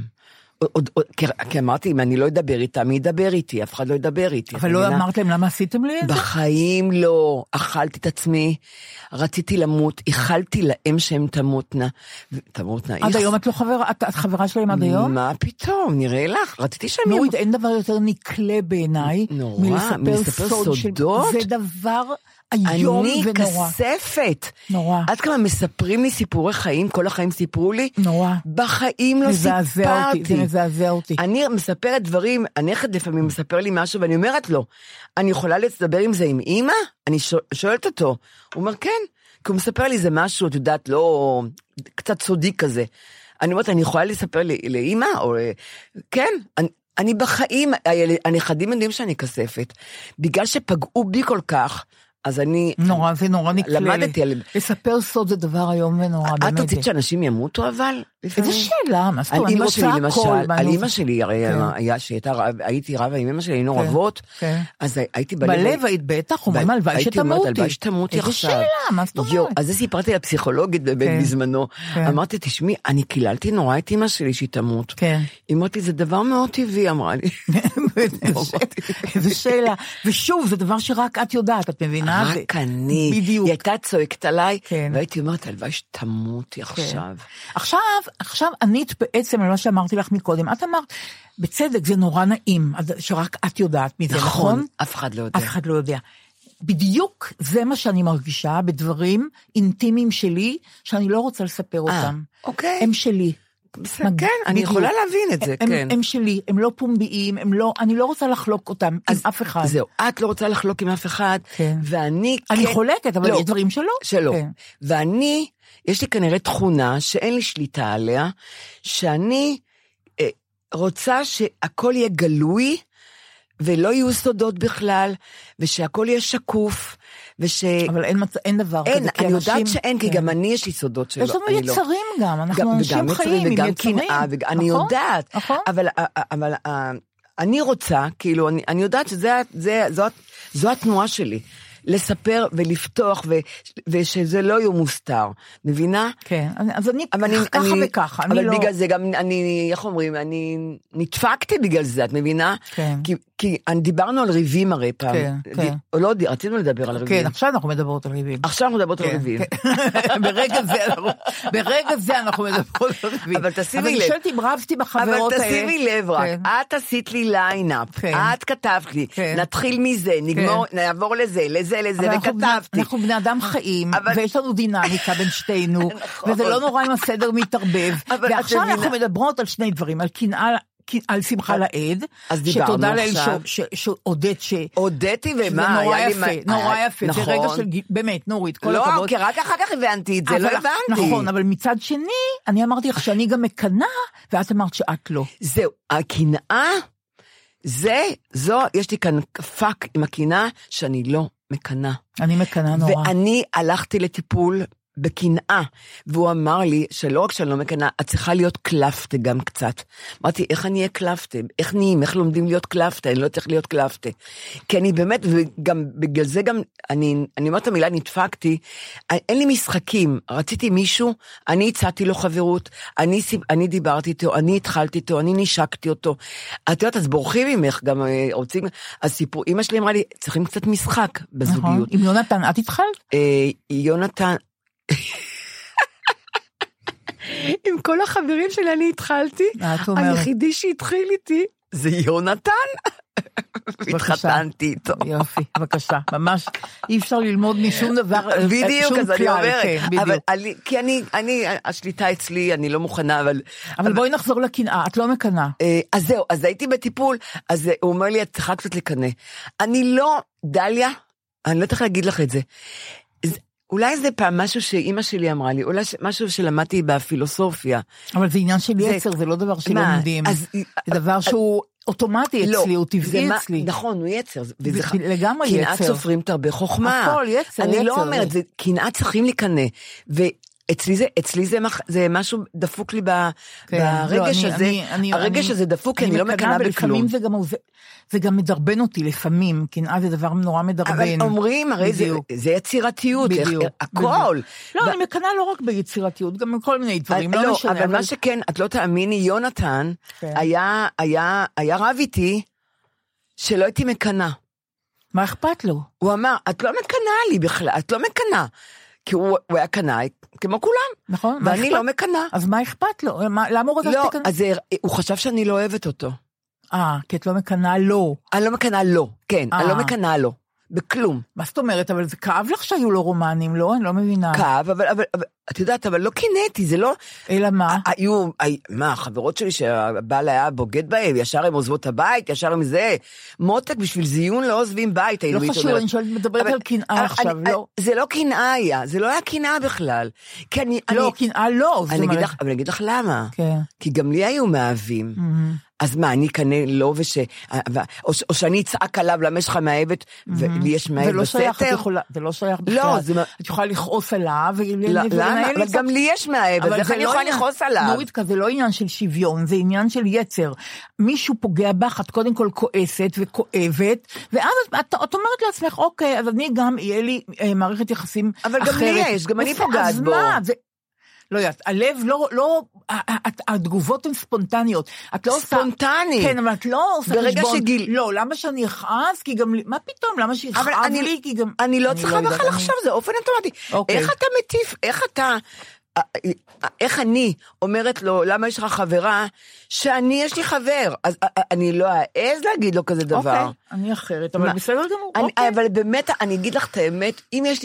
כי אמרתי, אם אני לא אדבר איתם, מי ידבר איתי? אף אחד לא ידבר איתי. אבל לא אמרת להם למה עשיתם לי את זה? בחיים לא, אכלתי את עצמי, רציתי למות, איחלתי להם שהם תמותנה. עד היום את לא חברה? את חברה שלהם עד היום? מה פתאום, נראה לך, רציתי שהם נורית, אין דבר יותר נקלה בעיניי, מלספר סודות? זה דבר... אני כספת. נורא. עד כמה מספרים לי סיפורי חיים, כל החיים סיפרו לי. נורא. בחיים לא סיפרתי. זה מזעזע אותי. אני מספרת דברים, הנכד לפעמים מספר לי משהו, ואני אומרת לו, אני יכולה לדבר עם זה עם אמא? אני שואלת אותו. הוא אומר, כן. כי הוא מספר לי זה משהו, את יודעת, לא... קצת סודי כזה. אני אומרת, אני יכולה לספר לאמא? או... כן, אני בחיים, הנכדים יודעים שאני כספת. בגלל שפגעו בי כל כך, אז אני... נורא, זה נורא נקלה. למדתי על... לספר סוד זה דבר היום ונורא, באמת. את רצית שאנשים ימותו אבל? איזה שאלה, מה זאת אומרת? אני רוצה הכל. על אמא שלי, הרי הייתי רבה עם אמא שלי, היינו רבות, אז הייתי בלב... בלב היית בטח, אומרים הלוואי שתמותי. הייתי אומרת, הלוואי שתמותי עכשיו. איזה שאלה, מה זאת אומרת? אז זה סיפרתי לפסיכולוגית בזמנו. אמרתי, תשמעי, אני קיללתי נורא את אמא שלי שהיא תמות. אמרתי, זה דבר מאוד טבעי, אמרה לי. איזה שאלה. ושוב, זה דבר שרק את יודעת, את מבינה? רק אני. בדיוק. היא הייתה צועקת עליי, והייתי אומרת, הלוואי שתמותי עכשיו. עכשיו ענית בעצם על מה שאמרתי לך מקודם. את אמרת, בצדק, זה נורא נעים, שרק את יודעת מזה, נכון? אף אחד לא יודע. אף אחד לא יודע. בדיוק זה מה שאני מרגישה בדברים אינטימיים שלי, שאני לא רוצה לספר אותם. אוקיי. הם שלי. כן, אני יכולה להבין את זה, כן. הם שלי, הם לא פומביים, אני לא רוצה לחלוק אותם עם אף אחד. זהו, את לא רוצה לחלוק עם אף אחד, ואני... אני חולקת, אבל יש דברים שלא. שלא. ואני, יש לי כנראה תכונה שאין לי שליטה עליה, שאני רוצה שהכל יהיה גלוי, ולא יהיו סודות בכלל, ושהכל יהיה שקוף, אבל אין דבר כזה. אני יודעת שאין, כי גם אני יש לי סודות שלא. יש לנו יצרים גם, אנחנו אנשים חיים עם יצרים. אני יודעת, אבל אני רוצה, כאילו, אני יודעת שזו התנועה שלי, לספר ולפתוח, ושזה לא יהיה מוסתר, מבינה? כן, אז אני ככה וככה. אבל בגלל זה גם, איך אומרים, אני נדפקתי בגלל זה, את מבינה? כן. כי דיברנו על ריבים הרי פעם. כן, כן. או לא, רצינו לדבר על ריבים. כן, עכשיו אנחנו מדברות על ריבים. עכשיו אנחנו מדברות על ריבים. ברגע זה אנחנו מדברות על ריבים. אבל תשימי לב. אבל נשאלתי אם רבתי בחברות האלה. אבל תשימי לב רק, את עשית לי ליינאפ, את כתבת לי, נתחיל מזה, נעבור לזה, וכתבתי. אנחנו בני אדם חיים, ויש לנו דינמיקה בין שתינו, וזה לא נורא אם הסדר מתערבב. ועכשיו אנחנו מדברות על שני דברים, על קנאה, על שמחה לעד, שתודה לאל שהודית הודיתי ומה, היה לי נורא יפה, זה רגע של, באמת, נורית, כל הכבוד. לא, כי רק אחר כך הבנתי את זה, לא הבנתי. נכון, אבל מצד שני, אני אמרתי לך שאני גם מקנה, ואת אמרת שאת לא. זהו, הקנאה, יש לי כאן פאק עם הקנאה, שאני לא מקנה. אני מקנה נורא. ואני הלכתי לטיפול, בקנאה, והוא אמר לי שלא רק שאני לא מקנה, את צריכה להיות קלפטה גם קצת. אמרתי, איך אני אהיה קלפטה? איך לומדים להיות קלפטה? אני לא צריך להיות קלפטה. כי אני באמת, וגם בגלל זה גם, אני אומרת המילה, נדפקתי, אין לי משחקים, רציתי מישהו, אני הצעתי לו חברות, אני דיברתי איתו, אני התחלתי איתו, אני נשקתי אותו. את יודעת, אז בורחים ממך, גם רוצים, הסיפור, אמא שלי אמרה לי, צריכים קצת משחק בזוגיות. עם יונתן, את התחלת? יונתן, עם כל החברים שלי אני התחלתי, היחידי שהתחיל איתי זה יונתן, התחתנתי איתו. יופי, בבקשה, ממש אי אפשר ללמוד משום דבר, בדיוק, אז אני אומרת, כי אני, השליטה אצלי, אני לא מוכנה, אבל בואי נחזור לקנאה, את לא מקנה. אז זהו, אז הייתי בטיפול, אז הוא אומר לי, את צריכה קצת לקנה. אני לא, דליה, אני לא צריך להגיד לך את זה, אולי זה פעם משהו שאימא שלי אמרה לי, אולי משהו שלמדתי בפילוסופיה. אבל זה עניין של יצר, זה לא דבר שלא לומדים. זה דבר שהוא אוטומטי אצלי, הוא טבעי אצלי. נכון, הוא יצר. לגמרי יצר. קנאה סופרים תרבה חוכמה. הכל יצר. אני לא אומרת, קנאה צריכים לקנא. אצלי זה משהו דפוק לי ברגש הזה. הרגש הזה דפוק, כי אני לא מקנאה בכלום. זה גם מדרבן אותי לפעמים, קנאה זה דבר נורא מדרבן. אבל אומרים, הרי זה יצירתיות, הכל. לא, אני מקנאה לא רק ביצירתיות, גם כל מיני דברים, לא משנה. אבל מה שכן, את לא תאמיני, יונתן היה רב איתי, שלא הייתי מקנאה. מה אכפת לו? הוא אמר, את לא מקנאה לי בכלל, את לא מקנאה. כי הוא היה קנאי, כמו כולם. נכון. ואני לא מקנאה. אז מה אכפת לו? למה הוא רצה שתקנא? לא, אז הוא חשב שאני לא אוהבת אותו. כי את לא מקנאה לו. אני לא מקנאה לו, כן, אני לא מקנאה לו. בכלום. מה זאת אומרת? אבל זה כאב לך שהיו לו רומנים, לא? אני לא מבינה. כאב, אבל את יודעת, אבל לא קינאתי, זה לא... אלא מה? החברות שלי שהבעל היה בוגד בהם, ישר הם עוזבות הבית, ישר הם זה, מותק בשביל זיון לא עוזבים בית. לא חשוב, אני שואלת, מדברת על קנאה עכשיו, לא? זה לא קנאה היה, זה לא היה קנאה בכלל. לא, קנאה לא. אבל אני אגיד לך למה. כי גם לי היו מאהבים. אז מה, אני קנה לו או שאני אצעק עליו למשך המאהבת, ולי יש מאהב בסתר? זה לא שייך בכלל. את יכולה לכעוס עליו, למה? אבל גם לי יש מאהב, אז איך אני יכולה לכעוס עליו? נורית, זה לא עניין של שוויון, זה עניין של יצר. מישהו פוגע בך, את קודם כל כועסת וכואבת, ואז את אומרת לעצמך, אוקיי, אז אני גם, יהיה לי מערכת יחסים אחרת. אבל גם לי יש, גם אני פוגעת בו. לא יודעת, הלב לא, התגובות הן ספונטניות. ספונטני. כן, אבל את לא עושה חשבון. לא, למה שאני אכעס? כי גם, מה פתאום? למה שיכאב לי? כי גם... אני לא צריכה בכלל עכשיו, זה אופן אוטומטי. איך אתה מטיף? איך אני אומרת לו, למה יש לך חברה, שאני יש לי חבר, אז אני לא אעז להגיד לו כזה דבר. אוקיי, אני אחרת, אבל בסדר גמור. אבל באמת, אני אגיד לך את האמת, אם יש לי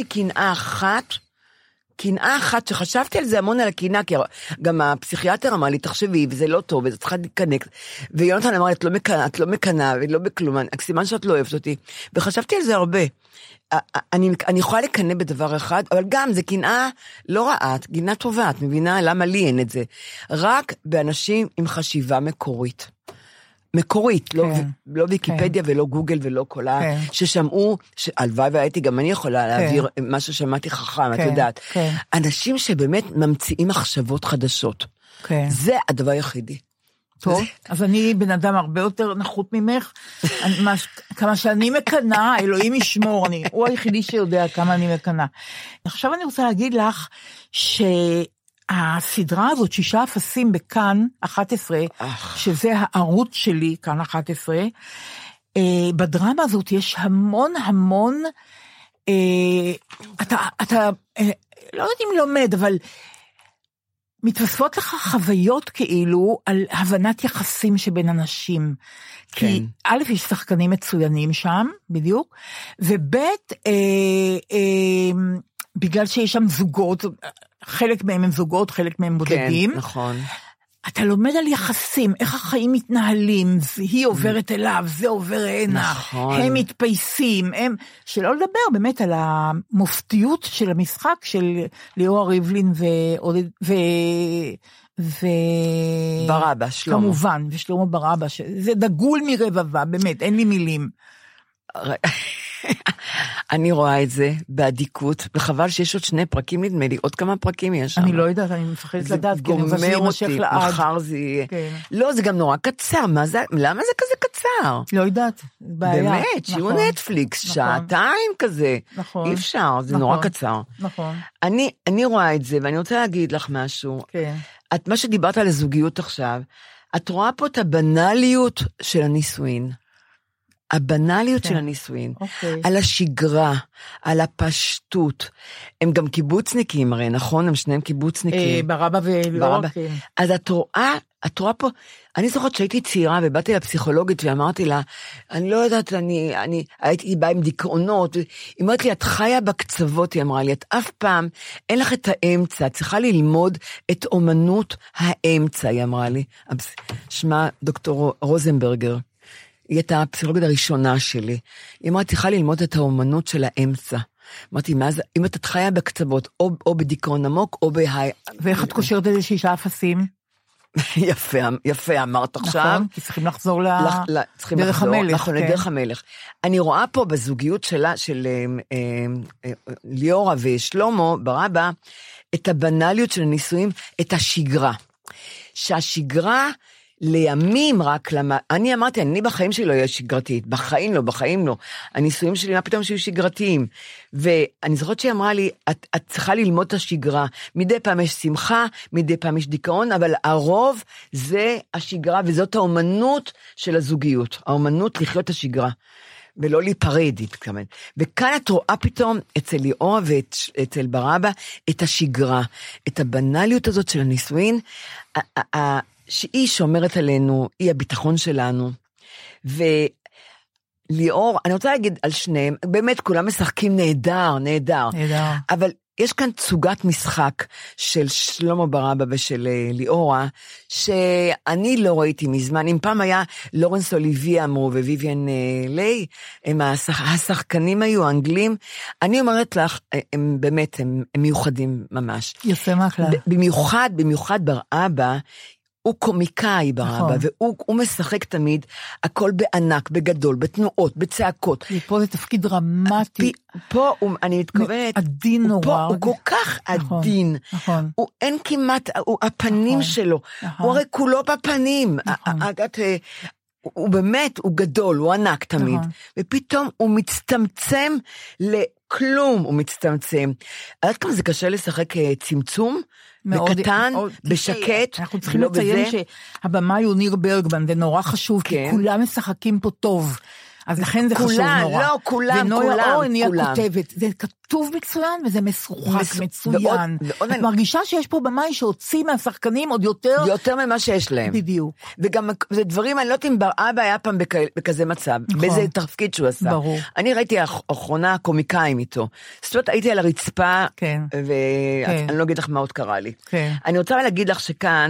קנאה אחת, שחשבתי על זה המון על הקנאה, כי גם הפסיכיאטר אמר לי, תחשבי, וזה לא טוב, וזה צריכה להיכנק, ויונתן אמר לי, את לא מקנאה, ולא בכלום, סימן שאת לא אוהבת אותי, וחשבתי על זה הרבה. אני יכולה לקנא בדבר אחד, אבל גם זה קנאה לא רעה, קנאה טובה, את מבינה למה לי אין את זה? רק באנשים עם חשיבה מקורית. מקורית, לא ויקיפדיה ולא גוגל ולא קולה, ששמעו, הלוואי והייתי, גם אני יכולה להעביר מה ששמעתי חכם, את יודעת. אנשים שבאמת ממציאים מחשבות חדשות. זה הדבר היחידי. טוב, אז אני בן אדם הרבה יותר נחות ממך, כמה שאני מקנה, אלוהים ישמור, הוא היחידי שיודע כמה אני מקנה. עכשיו אני רוצה להגיד לך, הסדרה הזאת, 6 אפסים בכאן 11, שזה הערוץ שלי, כאן 11, בדרמה הזאת יש המון, אתה לא יודעת אם לומד, אבל מתווספות לך חוויות כאילו על הבנת יחסים שבין אנשים. כן. כי א', יש שחקנים מצוינים שם, בדיוק, וב', בגלל שיש שם זוגות, חלק מהם הם זוגות, חלק מהם בודדים. כן, נכון. אתה לומד על יחסים, איך החיים מתנהלים, היא עוברת אליו, זה עובר הנה, נכון. הם מתפייסים, שלא לדבר באמת על המופתיות של המשחק של ליאור ריבלין ברבא, שלמה. כמובן, ושלמה ברבא, זה דגול מרבבה, באמת, אין לי מילים. אני רואה את זה בעדיקות, וחבל שיש עוד 2 פרקים, נדמה לי, עוד כמה פרקים יש שם. אני לא יודעת, אני מפחדת לדעת, כי אני רוצה שימשך לעד. מחר זה יהיה. לא, זה גם נורא קצר, למה זה כזה קצר? לא יודעת, בעיה. באמת, שיהיו נטפליקס, שעתיים כזה. אי אפשר, זה נורא קצר. נכון. אני רואה את זה, ואני רוצה להגיד לך משהו. מה שדיברת על הזוגיות עכשיו, את רואה פה את הבנליות של הנישואין. הבנליות של הנישואין, על השגרה, על הפשטות, הם גם קיבוצניקים הרי, נכון? הם שניהם קיבוצניקים. ברבא ולא. אז את רואה פה, אני זוכרת שהייתי צעירה ובאתי לפסיכולוגית ואמרתי לה, אני לא יודעת, אני הייתי באה עם דיכאונות, היא אמרת לי, את חיה בקצוות, היא אמרה לי, את אף פעם, אין לך את האמצע, את צריכה ללמוד את אומנות האמצע, היא אמרה לי, שמה דוקטור רוזנברגר, היא הייתה הפסיכולוגית הראשונה שלי. היא אמרה, צריכה ללמוד את האומנות של האמצע. אמרתי, אם אתה חיה בקצוות, או בדיכאון עמוק, או בהיי... ואיך את קושרת את זה 6 אפסים? יפה, אמרת עכשיו. נכון, כי צריכים לחזור לדרך המלך. נכון, לדרך המלך. אני רואה פה בזוגיות שלה, של ליאורה ושלמה, ברבא, את הבנליות של הנישואים, את השגרה. שהשגרה... לימים רק למה, אני אמרתי, אני בחיים שלי לא אהיה שגרתית, בחיים לא, הניסויים שלי, מה פתאום שיהיו שגרתיים, ואני זוכרת שהיא אמרה לי, את צריכה ללמוד את השגרה, מדי פעם יש שמחה, מדי פעם יש דיכאון, אבל הרוב זה השגרה, וזאת האומנות של הזוגיות, האומנות לחיות את השגרה, ולא להיפרד, וכאן את רואה פתאום אצל ליאורה ואצל ברבא, את השגרה, את הבנליות הזאת של הנישואין, שהיא שומרת עלינו, היא הביטחון שלנו, וליאור, אני רוצה להגיד על שניהם, באמת כולם משחקים נהדר, אבל יש כאן צוגת משחק של שלמה ברבא ושל ליאורה, שאני לא ראיתי מזמן, אם פעם היה לורנס אוליביה אמרו וויביאן ליי, הם השחקנים היו האנגלים, אני אומרת לך, הם באמת, הם מיוחדים ממש. יפה מהכלל. במיוחד ברבא, הוא קומיקאי ברבא, והוא משחק תמיד, הכל בענק, בגדול, בתנועות, בצעקות. פה זה תפקיד דרמטי. פה אני מתכוונת, עדין נורא. הוא כל כך עדין. נכון. הוא אין כמעט, הפנים שלו, הוא הרי כולו בפנים. הוא באמת, הוא גדול, הוא ענק תמיד. ופתאום הוא מצטמצם לכלום, הוא מצטמצם. עד כמה זה קשה לשחק צמצום? בקטן, בשקט. אנחנו צריכים לציין שהבמאי הוא ניר ברגמן, זה נורא חשוב, כי כולם משחקים פה טוב. אז לכן זה חשוב נורא. לא, כולם. ונויה אורן היא הכותבת. זה כתוב מצוין, וזה משוחק מצוין. את מרגישה שיש פה במאי שהוציא מהשחקנים עוד יותר... יותר ממה שיש להם. בדיוק. וגם זה דברים, אני לא יודעת אם ברבא היה פעם בכזה מצב, באיזה תפקיד שהוא עשה. ברור. אני ראיתי האחרונה קומיקאים איתו. זאת אומרת, הייתי על הרצפה, ואני לא אגיד לך מה עוד קרה לי. אני רוצה להגיד לך שכאן,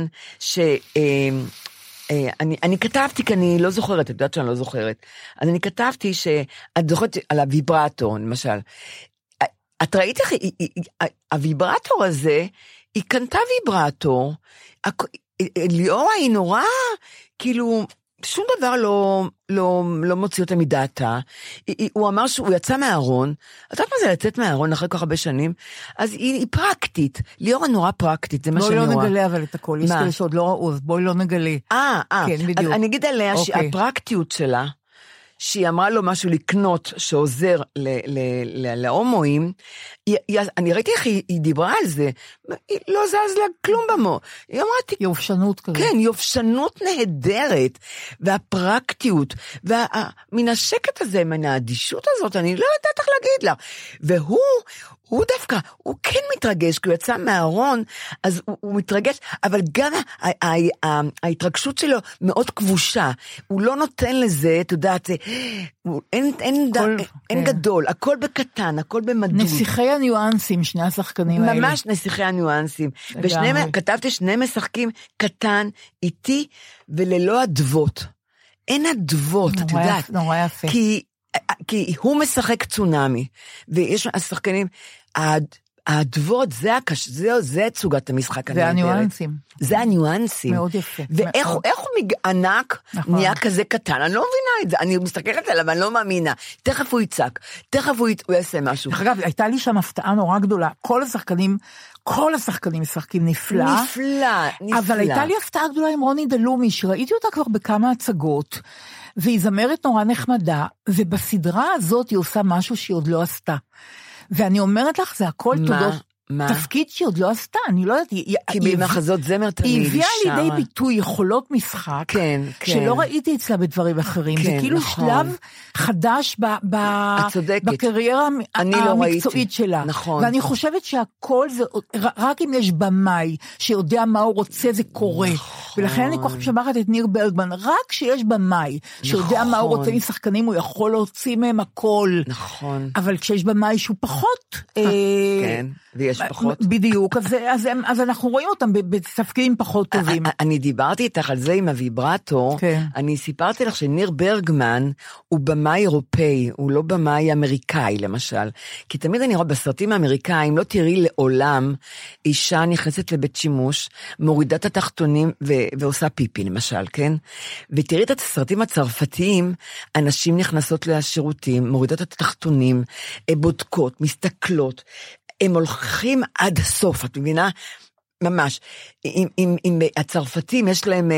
אני כתבתי, כי אני לא זוכרת, את יודעת שאני לא זוכרת, אז אני כתבתי שאת זוכרת על הוויברטור, למשל, את ראית איך, הוויברטור הזה, היא קנתה ויברטור, ליאורה היא נורא, כאילו, שום דבר לא מוציא אותה מדעתה, הוא אמר שהוא יצא מהארון, את יודעת מה זה לצאת מהארון אחרי כך הרבה שנים, אז היא פרקטית, ליאורה נורא פרקטית, זה מה שאני רואה. בואי לא נגלה אבל את הכל, יש כאלה שעוד לא ראו, אז בואי לא נגלה. אז אני אגיד עליה שהפרקטיות שלה, שהיא אמרה לו משהו לקנות שעוזר להומואים, אני ראיתי איך היא דיברה על זה, היא לא זז לה כלום במו, היא אמרה, יופשנות כזה. כן, יופשנות נהדרת, והפרקטיות, מן השקט הזה, מן האדישות הזאת, אני לא יודעת איך להגיד לה, והוא דווקא, הוא כן מתרגש, כי הוא יצא מהארון, אז הוא מתרגש, אבל גם ההתרגשות שלו מאוד כבושה, הוא לא נותן לזה, אתה יודעת, אין גדול, הכל בקטן, הכל במדוד. נסיכי הניואנסים, שני השחקנים האלה. ממש נסיכי הניואנסים. כתבתי שני משחקים קטן, איתי, וללא אדוות. אין אדוות, את יודעת. נורא יפה. כי הוא משחק צונמי, ויש השחקנים, האדוות, זה צוגת המשחק הנהדרת. זה הניואנסים. זה הניואנסים. מאוד יפה. ואיך הוא ענק, נהיה כזה קטן, אני לא מבינה את זה, אני מסתכלת עליו, אני לא מאמינה. תכף הוא יצק, תכף הוא יעשה משהו. אגב, הייתה לי שם הפתעה נורא גדולה, כל השחקנים משחקים נפלא. נפלא. אבל הייתה לי הפתעה גדולה עם רוני דלומי, שראיתי אותה כבר בכמה הצגות, והיא זמרת נורא נחמדה, ובסדרה הזאת היא עושה משהו שהיא עוד לא עשתה. ואני אומרת לך, זה הכל תודות, תפקיד שהיא עוד לא עשתה, אני לא יודעת, כי במחזות זמר תמיד היא הביאה לידי ביטוי יכולות משחק, שלא ראיתי אצלה בדברים אחרים, זה כאילו שלב חדש בקריירה המקצועית שלה, ואני חושבת שהכל זה, רק אם יש במאי, שיודע מה הוא רוצה, זה קורה, ולכן אני כל כך משבחת את ניר ברגמן, רק שיש במאי, שיודע מה הוא רוצה משחקנים, הוא יכול להוציא מהם הכל, אבל כשיש במאי שהוא פחות, כן, ויש פחות. בדיוק, אז אנחנו רואים אותם בתפקידים פחות טובים. אני דיברתי איתך על זה עם הוויברטור, אני סיפרתי לך שניר ברגמן הוא במאי אירופאי, הוא לא במאי אמריקאי למשל, כי תמיד אני רואה בסרטים האמריקאים, לא תראי לעולם אישה נכנסת לבית שימוש, מורידה את התחתונים ועושה פיפי למשל, כן? ותראי את הסרטים הצרפתיים, אנשים נכנסות לשירותים, מורידות את התחתונים, בודקות, מסתכלות, הם הולכים עד הסוף, את מבינה? ממש. עם הצרפתים יש להם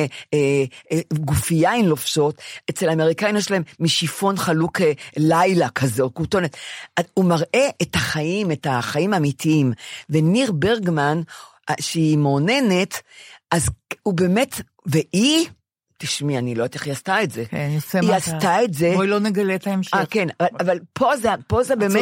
גופיין לובשות, אצל האמריקאים יש להם משיפון חלוק לילה כזה, או כותונת. הוא מראה את החיים האמיתיים, וניר ברגמן, שהיא מעוננת, אז הוא באמת, והיא, תשמעי, אני לא יודעת איך היא עשתה את זה. כן, היא עשתה את זה. בואי לא נגלה את ההמשך. כן, אבל פה זה באמת,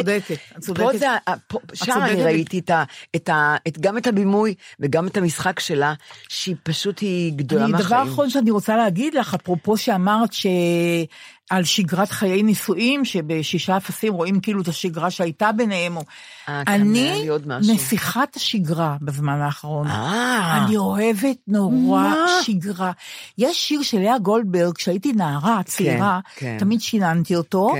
שם אני ראיתי גם את הבימוי, וגם את המשחק שלה, שהיא פשוט היא גדולה מהחיים. דבר אחרון שאני רוצה להגיד לך, אפרופו שאמרת על שגרת חיי נישואים, שבשישה אפסים רואים כאילו את השגרה שהייתה ביניהם. אני נסיכת השגרה בזמן האחרון. אני אוהבת נורא שגרה. יש שיר של לאה גולדברג, כשהייתי נערה, צעירה, תמיד שיננתי אותו.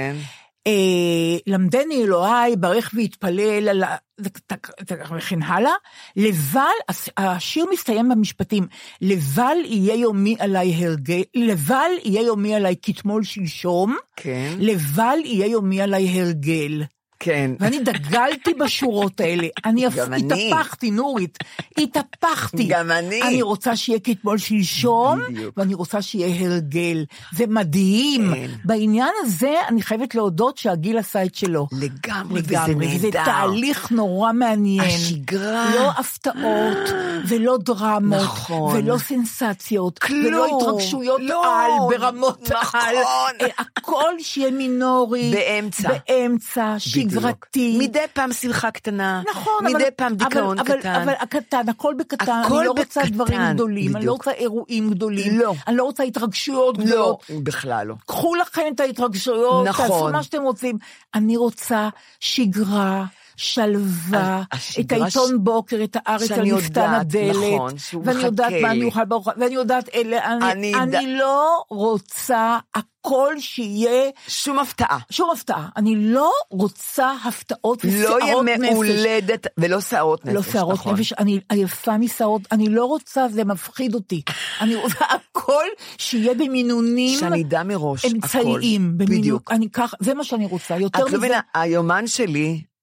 למדני אלוהי, ברך והתפלל, וכן הלאה, השיר מסתיים במשפטים, לבל יהיה יומי עליי הרגל, לבל יהיה יומי עליי כתמול שלשום, לבל יהיה יומי עליי הרגל. כן. ואני דגלתי בשורות האלה, אני התהפכתי, נורית, התהפכתי. גם אני רוצה שיהיה כתמול שלשום, ואני רוצה שיהיה הרגל. זה מדהים. בעניין הזה אני חייבת להודות שהגיל עשה את שלו. לגמרי, וזה נהדר. זה תהליך נורא מעניין. השגרה. לא הפתעות, ולא דרמות, ולא סנסציות, ולא התרגשויות על ברמות על. הכל שיהיה מינורי. באמצע, שגרתי. מדי פעם שמחה קטנה. נכון. מדי פעם דיכאון קטן. אבל הקטן, הכל בקטן. אני לא רוצה דברים גדולים, אני לא רוצה אירועים גדולים. לא. אני לא רוצה התרגשויות גדולות. לא, בכלל לא. קחו לכם את ההתרגשויות, תעשו מה שאתם רוצים. אני רוצה שגרה, שלווה, את העיתון בוקר, את הארץ על מפתן הדלת, ואני יודעת מה אני אוכל באוכל, ואני יודעת אלה, אני לא רוצה הכל שיהיה שום הפתעה. שום הפתעה. אני לא רוצה הפתעות ושערות נפש. לא ימי הולדת ולא שערות נפש. לא שערות נפש, אני עייפה משערות, אני לא רוצה, זה מפחיד אותי. אני רוצה הכל שיהיה במינונים שאני דע מראש. אמצעיים. בדיוק. זה מה שאני רוצה. יותר את לא מבינה, היומן שלי,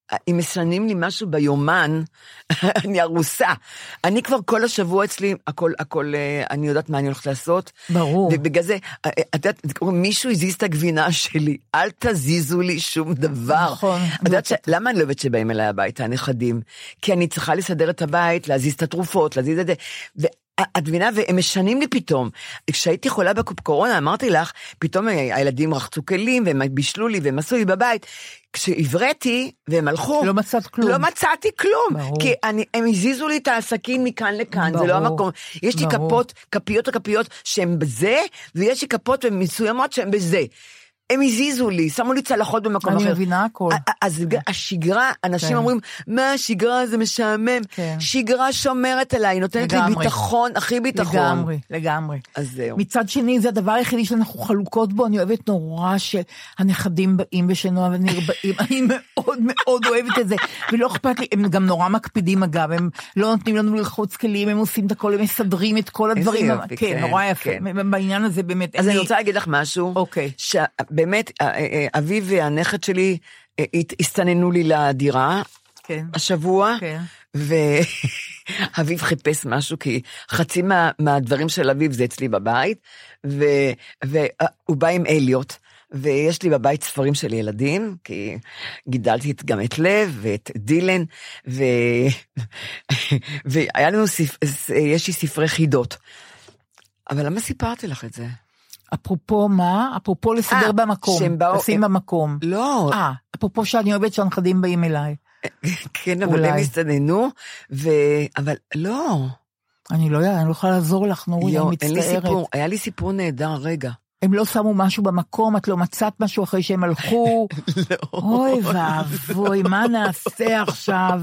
אם משנים לי משהו ביומן, אני ארוסה. אני כבר כל השבוע אצלי, הכל, אני יודעת מה אני הולכת לעשות. ברור. ובגלל זה, את יודעת, מישהו הזיז את הגבינה שלי, אל תזיזו לי שום דבר. נכון. את יודעת, למה אני לא אוהבת שבאים אליי הביתה, הנכדים? כי אני צריכה לסדר את הבית, להזיז את התרופות, להזיז את זה, את מבינה, והם משנים לי פתאום. כשהייתי חולה בקורונה, אמרתי לך, פתאום הילדים רחצו כלים, והם בישלו לי, והם עשו לי בבית. כשעבראתי, והם הלכו, לא מצאת כלום. לא מצאתי כלום. ברור. כי הם הזיזו לי את הסכין מכאן לכאן, ברור. זה לא המקום. יש לי כפיות שהן בזה, ויש לי כפות מסוימות שהן בזה. הם הזיזו לי, שמו לי צלחות במקום אחר. אני מבינה הכל. אז השגרה, אנשים אומרים, מה השגרה זה משעמם? שגרה שומרת עליי, נותנת לי ביטחון, הכי ביטחון. לגמרי. אז זהו. מצד שני, זה הדבר היחידי שאנחנו חלוקות בו, אני אוהבת נורא שהנכדים באים ושנוע ונרבעים, אני מאוד מאוד אוהבת את זה, ולא אכפת לי, הם גם נורא מקפידים אגב, הם לא נותנים לנו ללחוץ כלים, הם עושים את הכל, הם מסדרים את כל הדברים. איזה יופי, כן, נורא יפה. בעניין הזה באמת. אז אני רוצה להגיד לך משהו. אוקיי. באמת, אביו והנכד שלי הסתננו לי לדירה השבוע, ואביו חיפש משהו, כי חצי מהדברים של אביו זה אצלי בבית, והוא בא עם אליות, ויש לי בבית ספרים של ילדים, כי גידלתי גם את לב ואת דילן, והיה לנו, יש לי ספרי חידות. אבל למה סיפרתי לך את זה? אפרופו מה? אפרופו לסדר במקום. לשים במקום. לא. אפרופו שאני אוהבת שהנכדים באים אליי. כן, אבל הם הסתננו, אבל לא. אני לא יכולה לעזור לך, נורי, אני מצטערת. היה לי סיפור נהדר, רגע. הם לא שמו משהו במקום, את לא מצאת משהו אחרי שהם הלכו. לא. אוי ואבוי, מה נעשה עכשיו?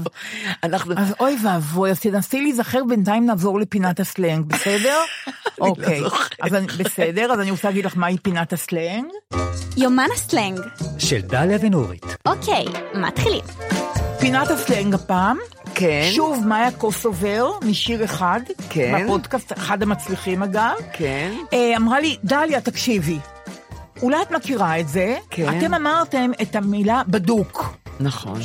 אז אוי ואבוי, אז תנסי להיזכר, בינתיים נעבור לפינת הסלנג, בסדר? אוקיי, בסדר, אז אני רוצה להגיד לך מהי פינת הסלנג. יומן הסלנג. של דליה ונורית. אוקיי, מתחילים. פינת הסלנג הפעם. כן. שוב, מאיה קוסובר, משיר אחד. כן. בפודקאסט, אחד המצליחים אגב. כן. אמרה לי, דליה, תקשיבי. אולי את מכירה את זה. כן. אתם אמרתם את המילה בדוק. נכון.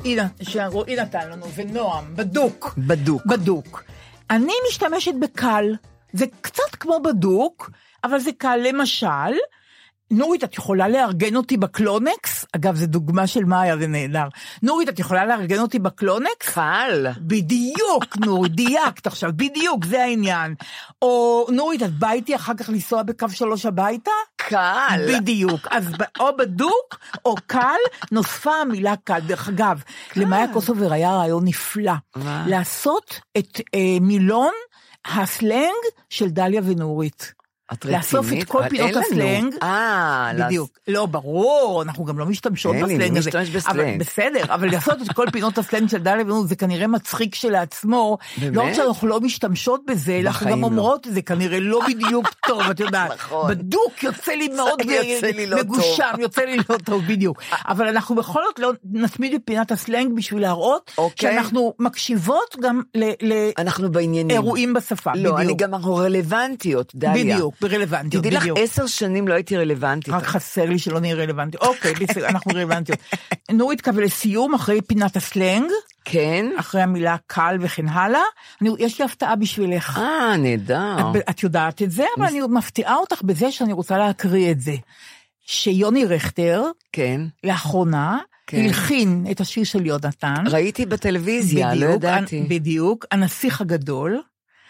שרועי נתן לנו, ונועם, בדוק. בדוק. אני משתמשת בקל. זה קצת כמו בדוק, אבל זה קל. למשל, נורית, את יכולה לארגן אותי בקלונקס? אגב, זו דוגמה של מאיה, זה נהדר. נורית, את יכולה לארגן אותי בקלונקס? קל. בדיוק, נורית, דייקת עכשיו, בדיוק, זה העניין. או נורית, את באה איתי אחר כך לנסוע בקו 3 הביתה? קל. בדיוק. אז או בדוק או קל, נוספה המילה קל. דרך אגב, למאיה קוסובר היה רעיון נפלא. לעשות את מילון הסלנג של דליה ונורית. לאסוף את כל פינות הסלנג. בדיוק. לא, ברור, אנחנו גם לא משתמשות בסלנג הזה. בסדר, אבל לעשות את כל פינות הסלנג של דליה ונורית, זה כנראה מצחיק שלעצמו. לא רק שאנחנו לא משתמשות בזה, אנחנו גם אומרות, זה כנראה לא בדיוק טוב, את יודעת. בדוק יוצא לי מאוד מגושם, יוצא לי לא טוב, בדיוק. אבל אנחנו בכל זאת לא נצמיד בפינת הסלנג בשביל להראות שאנחנו מקשיבות גם לאירועים בשפה. לא, אני גם רלוונטיות, דליה. בדיוק. ברלוונטיות, תדעי לך, 10 שנים לא הייתי רלוונטית. רק חסר לי שלא נהיה רלוונטיות. אוקיי, בסדר, אנחנו רלוונטיות. נורית קבל לסיום, אחרי פינת הסלנג. כן. אחרי המילה קל וכן הלאה. יש לי הפתעה בשבילך. נהדר. את יודעת את זה, אבל אני מפתיעה אותך בזה שאני רוצה להקריא את זה. שיוני רכטר, כן. לאחרונה, הלחין את השיר של יונתן. ראיתי בטלוויזיה, לא ידעתי. בדיוק, הנסיך הגדול.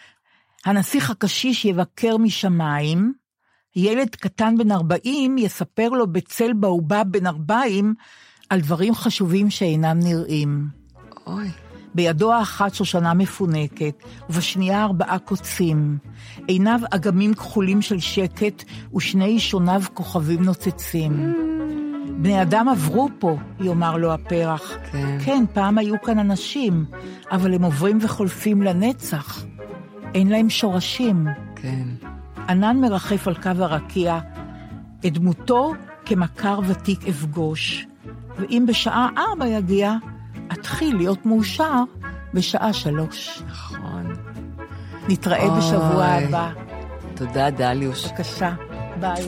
הנסיך הקשיש יבקר משמיים, ילד קטן בן 40 יספר לו בצל בעובה בן 40 על דברים חשובים שאינם נראים. אוי. בידו האחת שושנה מפונקת, ובשנייה 4 קוצים. עיניו אגמים כחולים של שקט, ושני שוניו כוכבים נוצצים. בני אדם עברו פה, יאמר לו הפרח. כן, פעם היו כאן אנשים, אבל הם עוברים וחולפים לנצח. אין להם שורשים. כן. ענן מרחף על קו הרקיע, את דמותו כמכר ותיק אפגוש, ואם בשעה 4 יגיע, אתחיל להיות מאושר בשעה 3. נכון. נתראה בשבוע הבא. תודה, דליוש. בבקשה, ביי.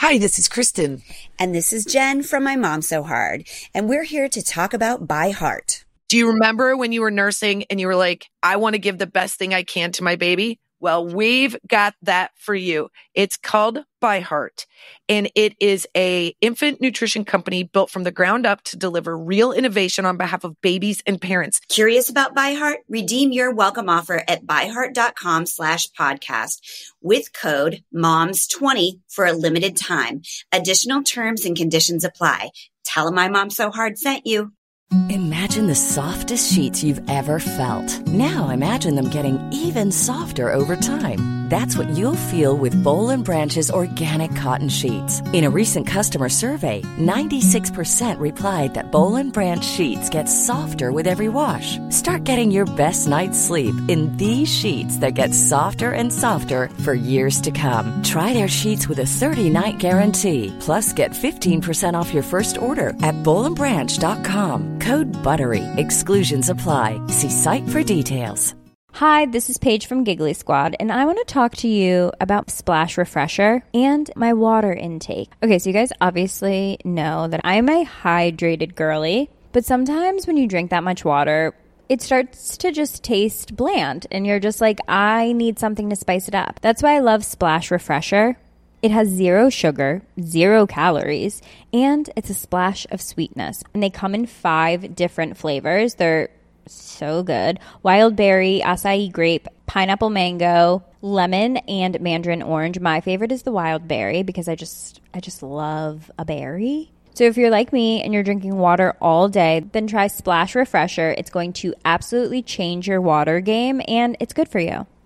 Hi, this is Kristen. And this is Jen from My Mom So Hard. And we're here to talk about By Heart. Do you remember when you were nursing and you were like, I want to give the best thing I can to my baby? Well, we've got that for you. It's called By Heart, and it is a infant nutrition company built from the ground up to deliver real innovation on behalf of babies and parents. Curious about By Heart? Redeem your welcome offer at byheart.com/podcast with code MOMS20 for a limited time. Additional terms and conditions apply. Tell them My Mom So Hard sent you. Imagine the softest sheets you've ever felt. Now imagine them getting even softer over time. That's what you'll feel with Boll & Branch's organic cotton sheets. In a recent customer survey, 96% replied that Boll & Branch sheets get softer with every wash. Start getting your best night's sleep in these sheets that get softer and softer for years to come. Try their sheets with a 30-night guarantee. Plus, get 15% off your first order at bollandbranch.com. Code BUTTERY. Exclusions apply. See site for details. Hi, this is Paige from Giggly Squad, and I want to talk to you about Splash Refresher and my water intake. Okay, so you guys obviously know that I'm a hydrated girly, but sometimes when you drink that much water, it starts to just taste bland, and you're just like, I need something to spice it up. That's why I love Splash Refresher. It has 0 sugar, 0 calories, and it's a splash of sweetness. And they come in 5 different flavors. They're so good. Wild berry, acai grape, pineapple mango, lemon, and mandarin orange. My favorite is the wild berry because I just love a berry. So if you're like me and you're drinking water all day, then try Splash Refresher. It's going to absolutely change your water game, and it's good for you.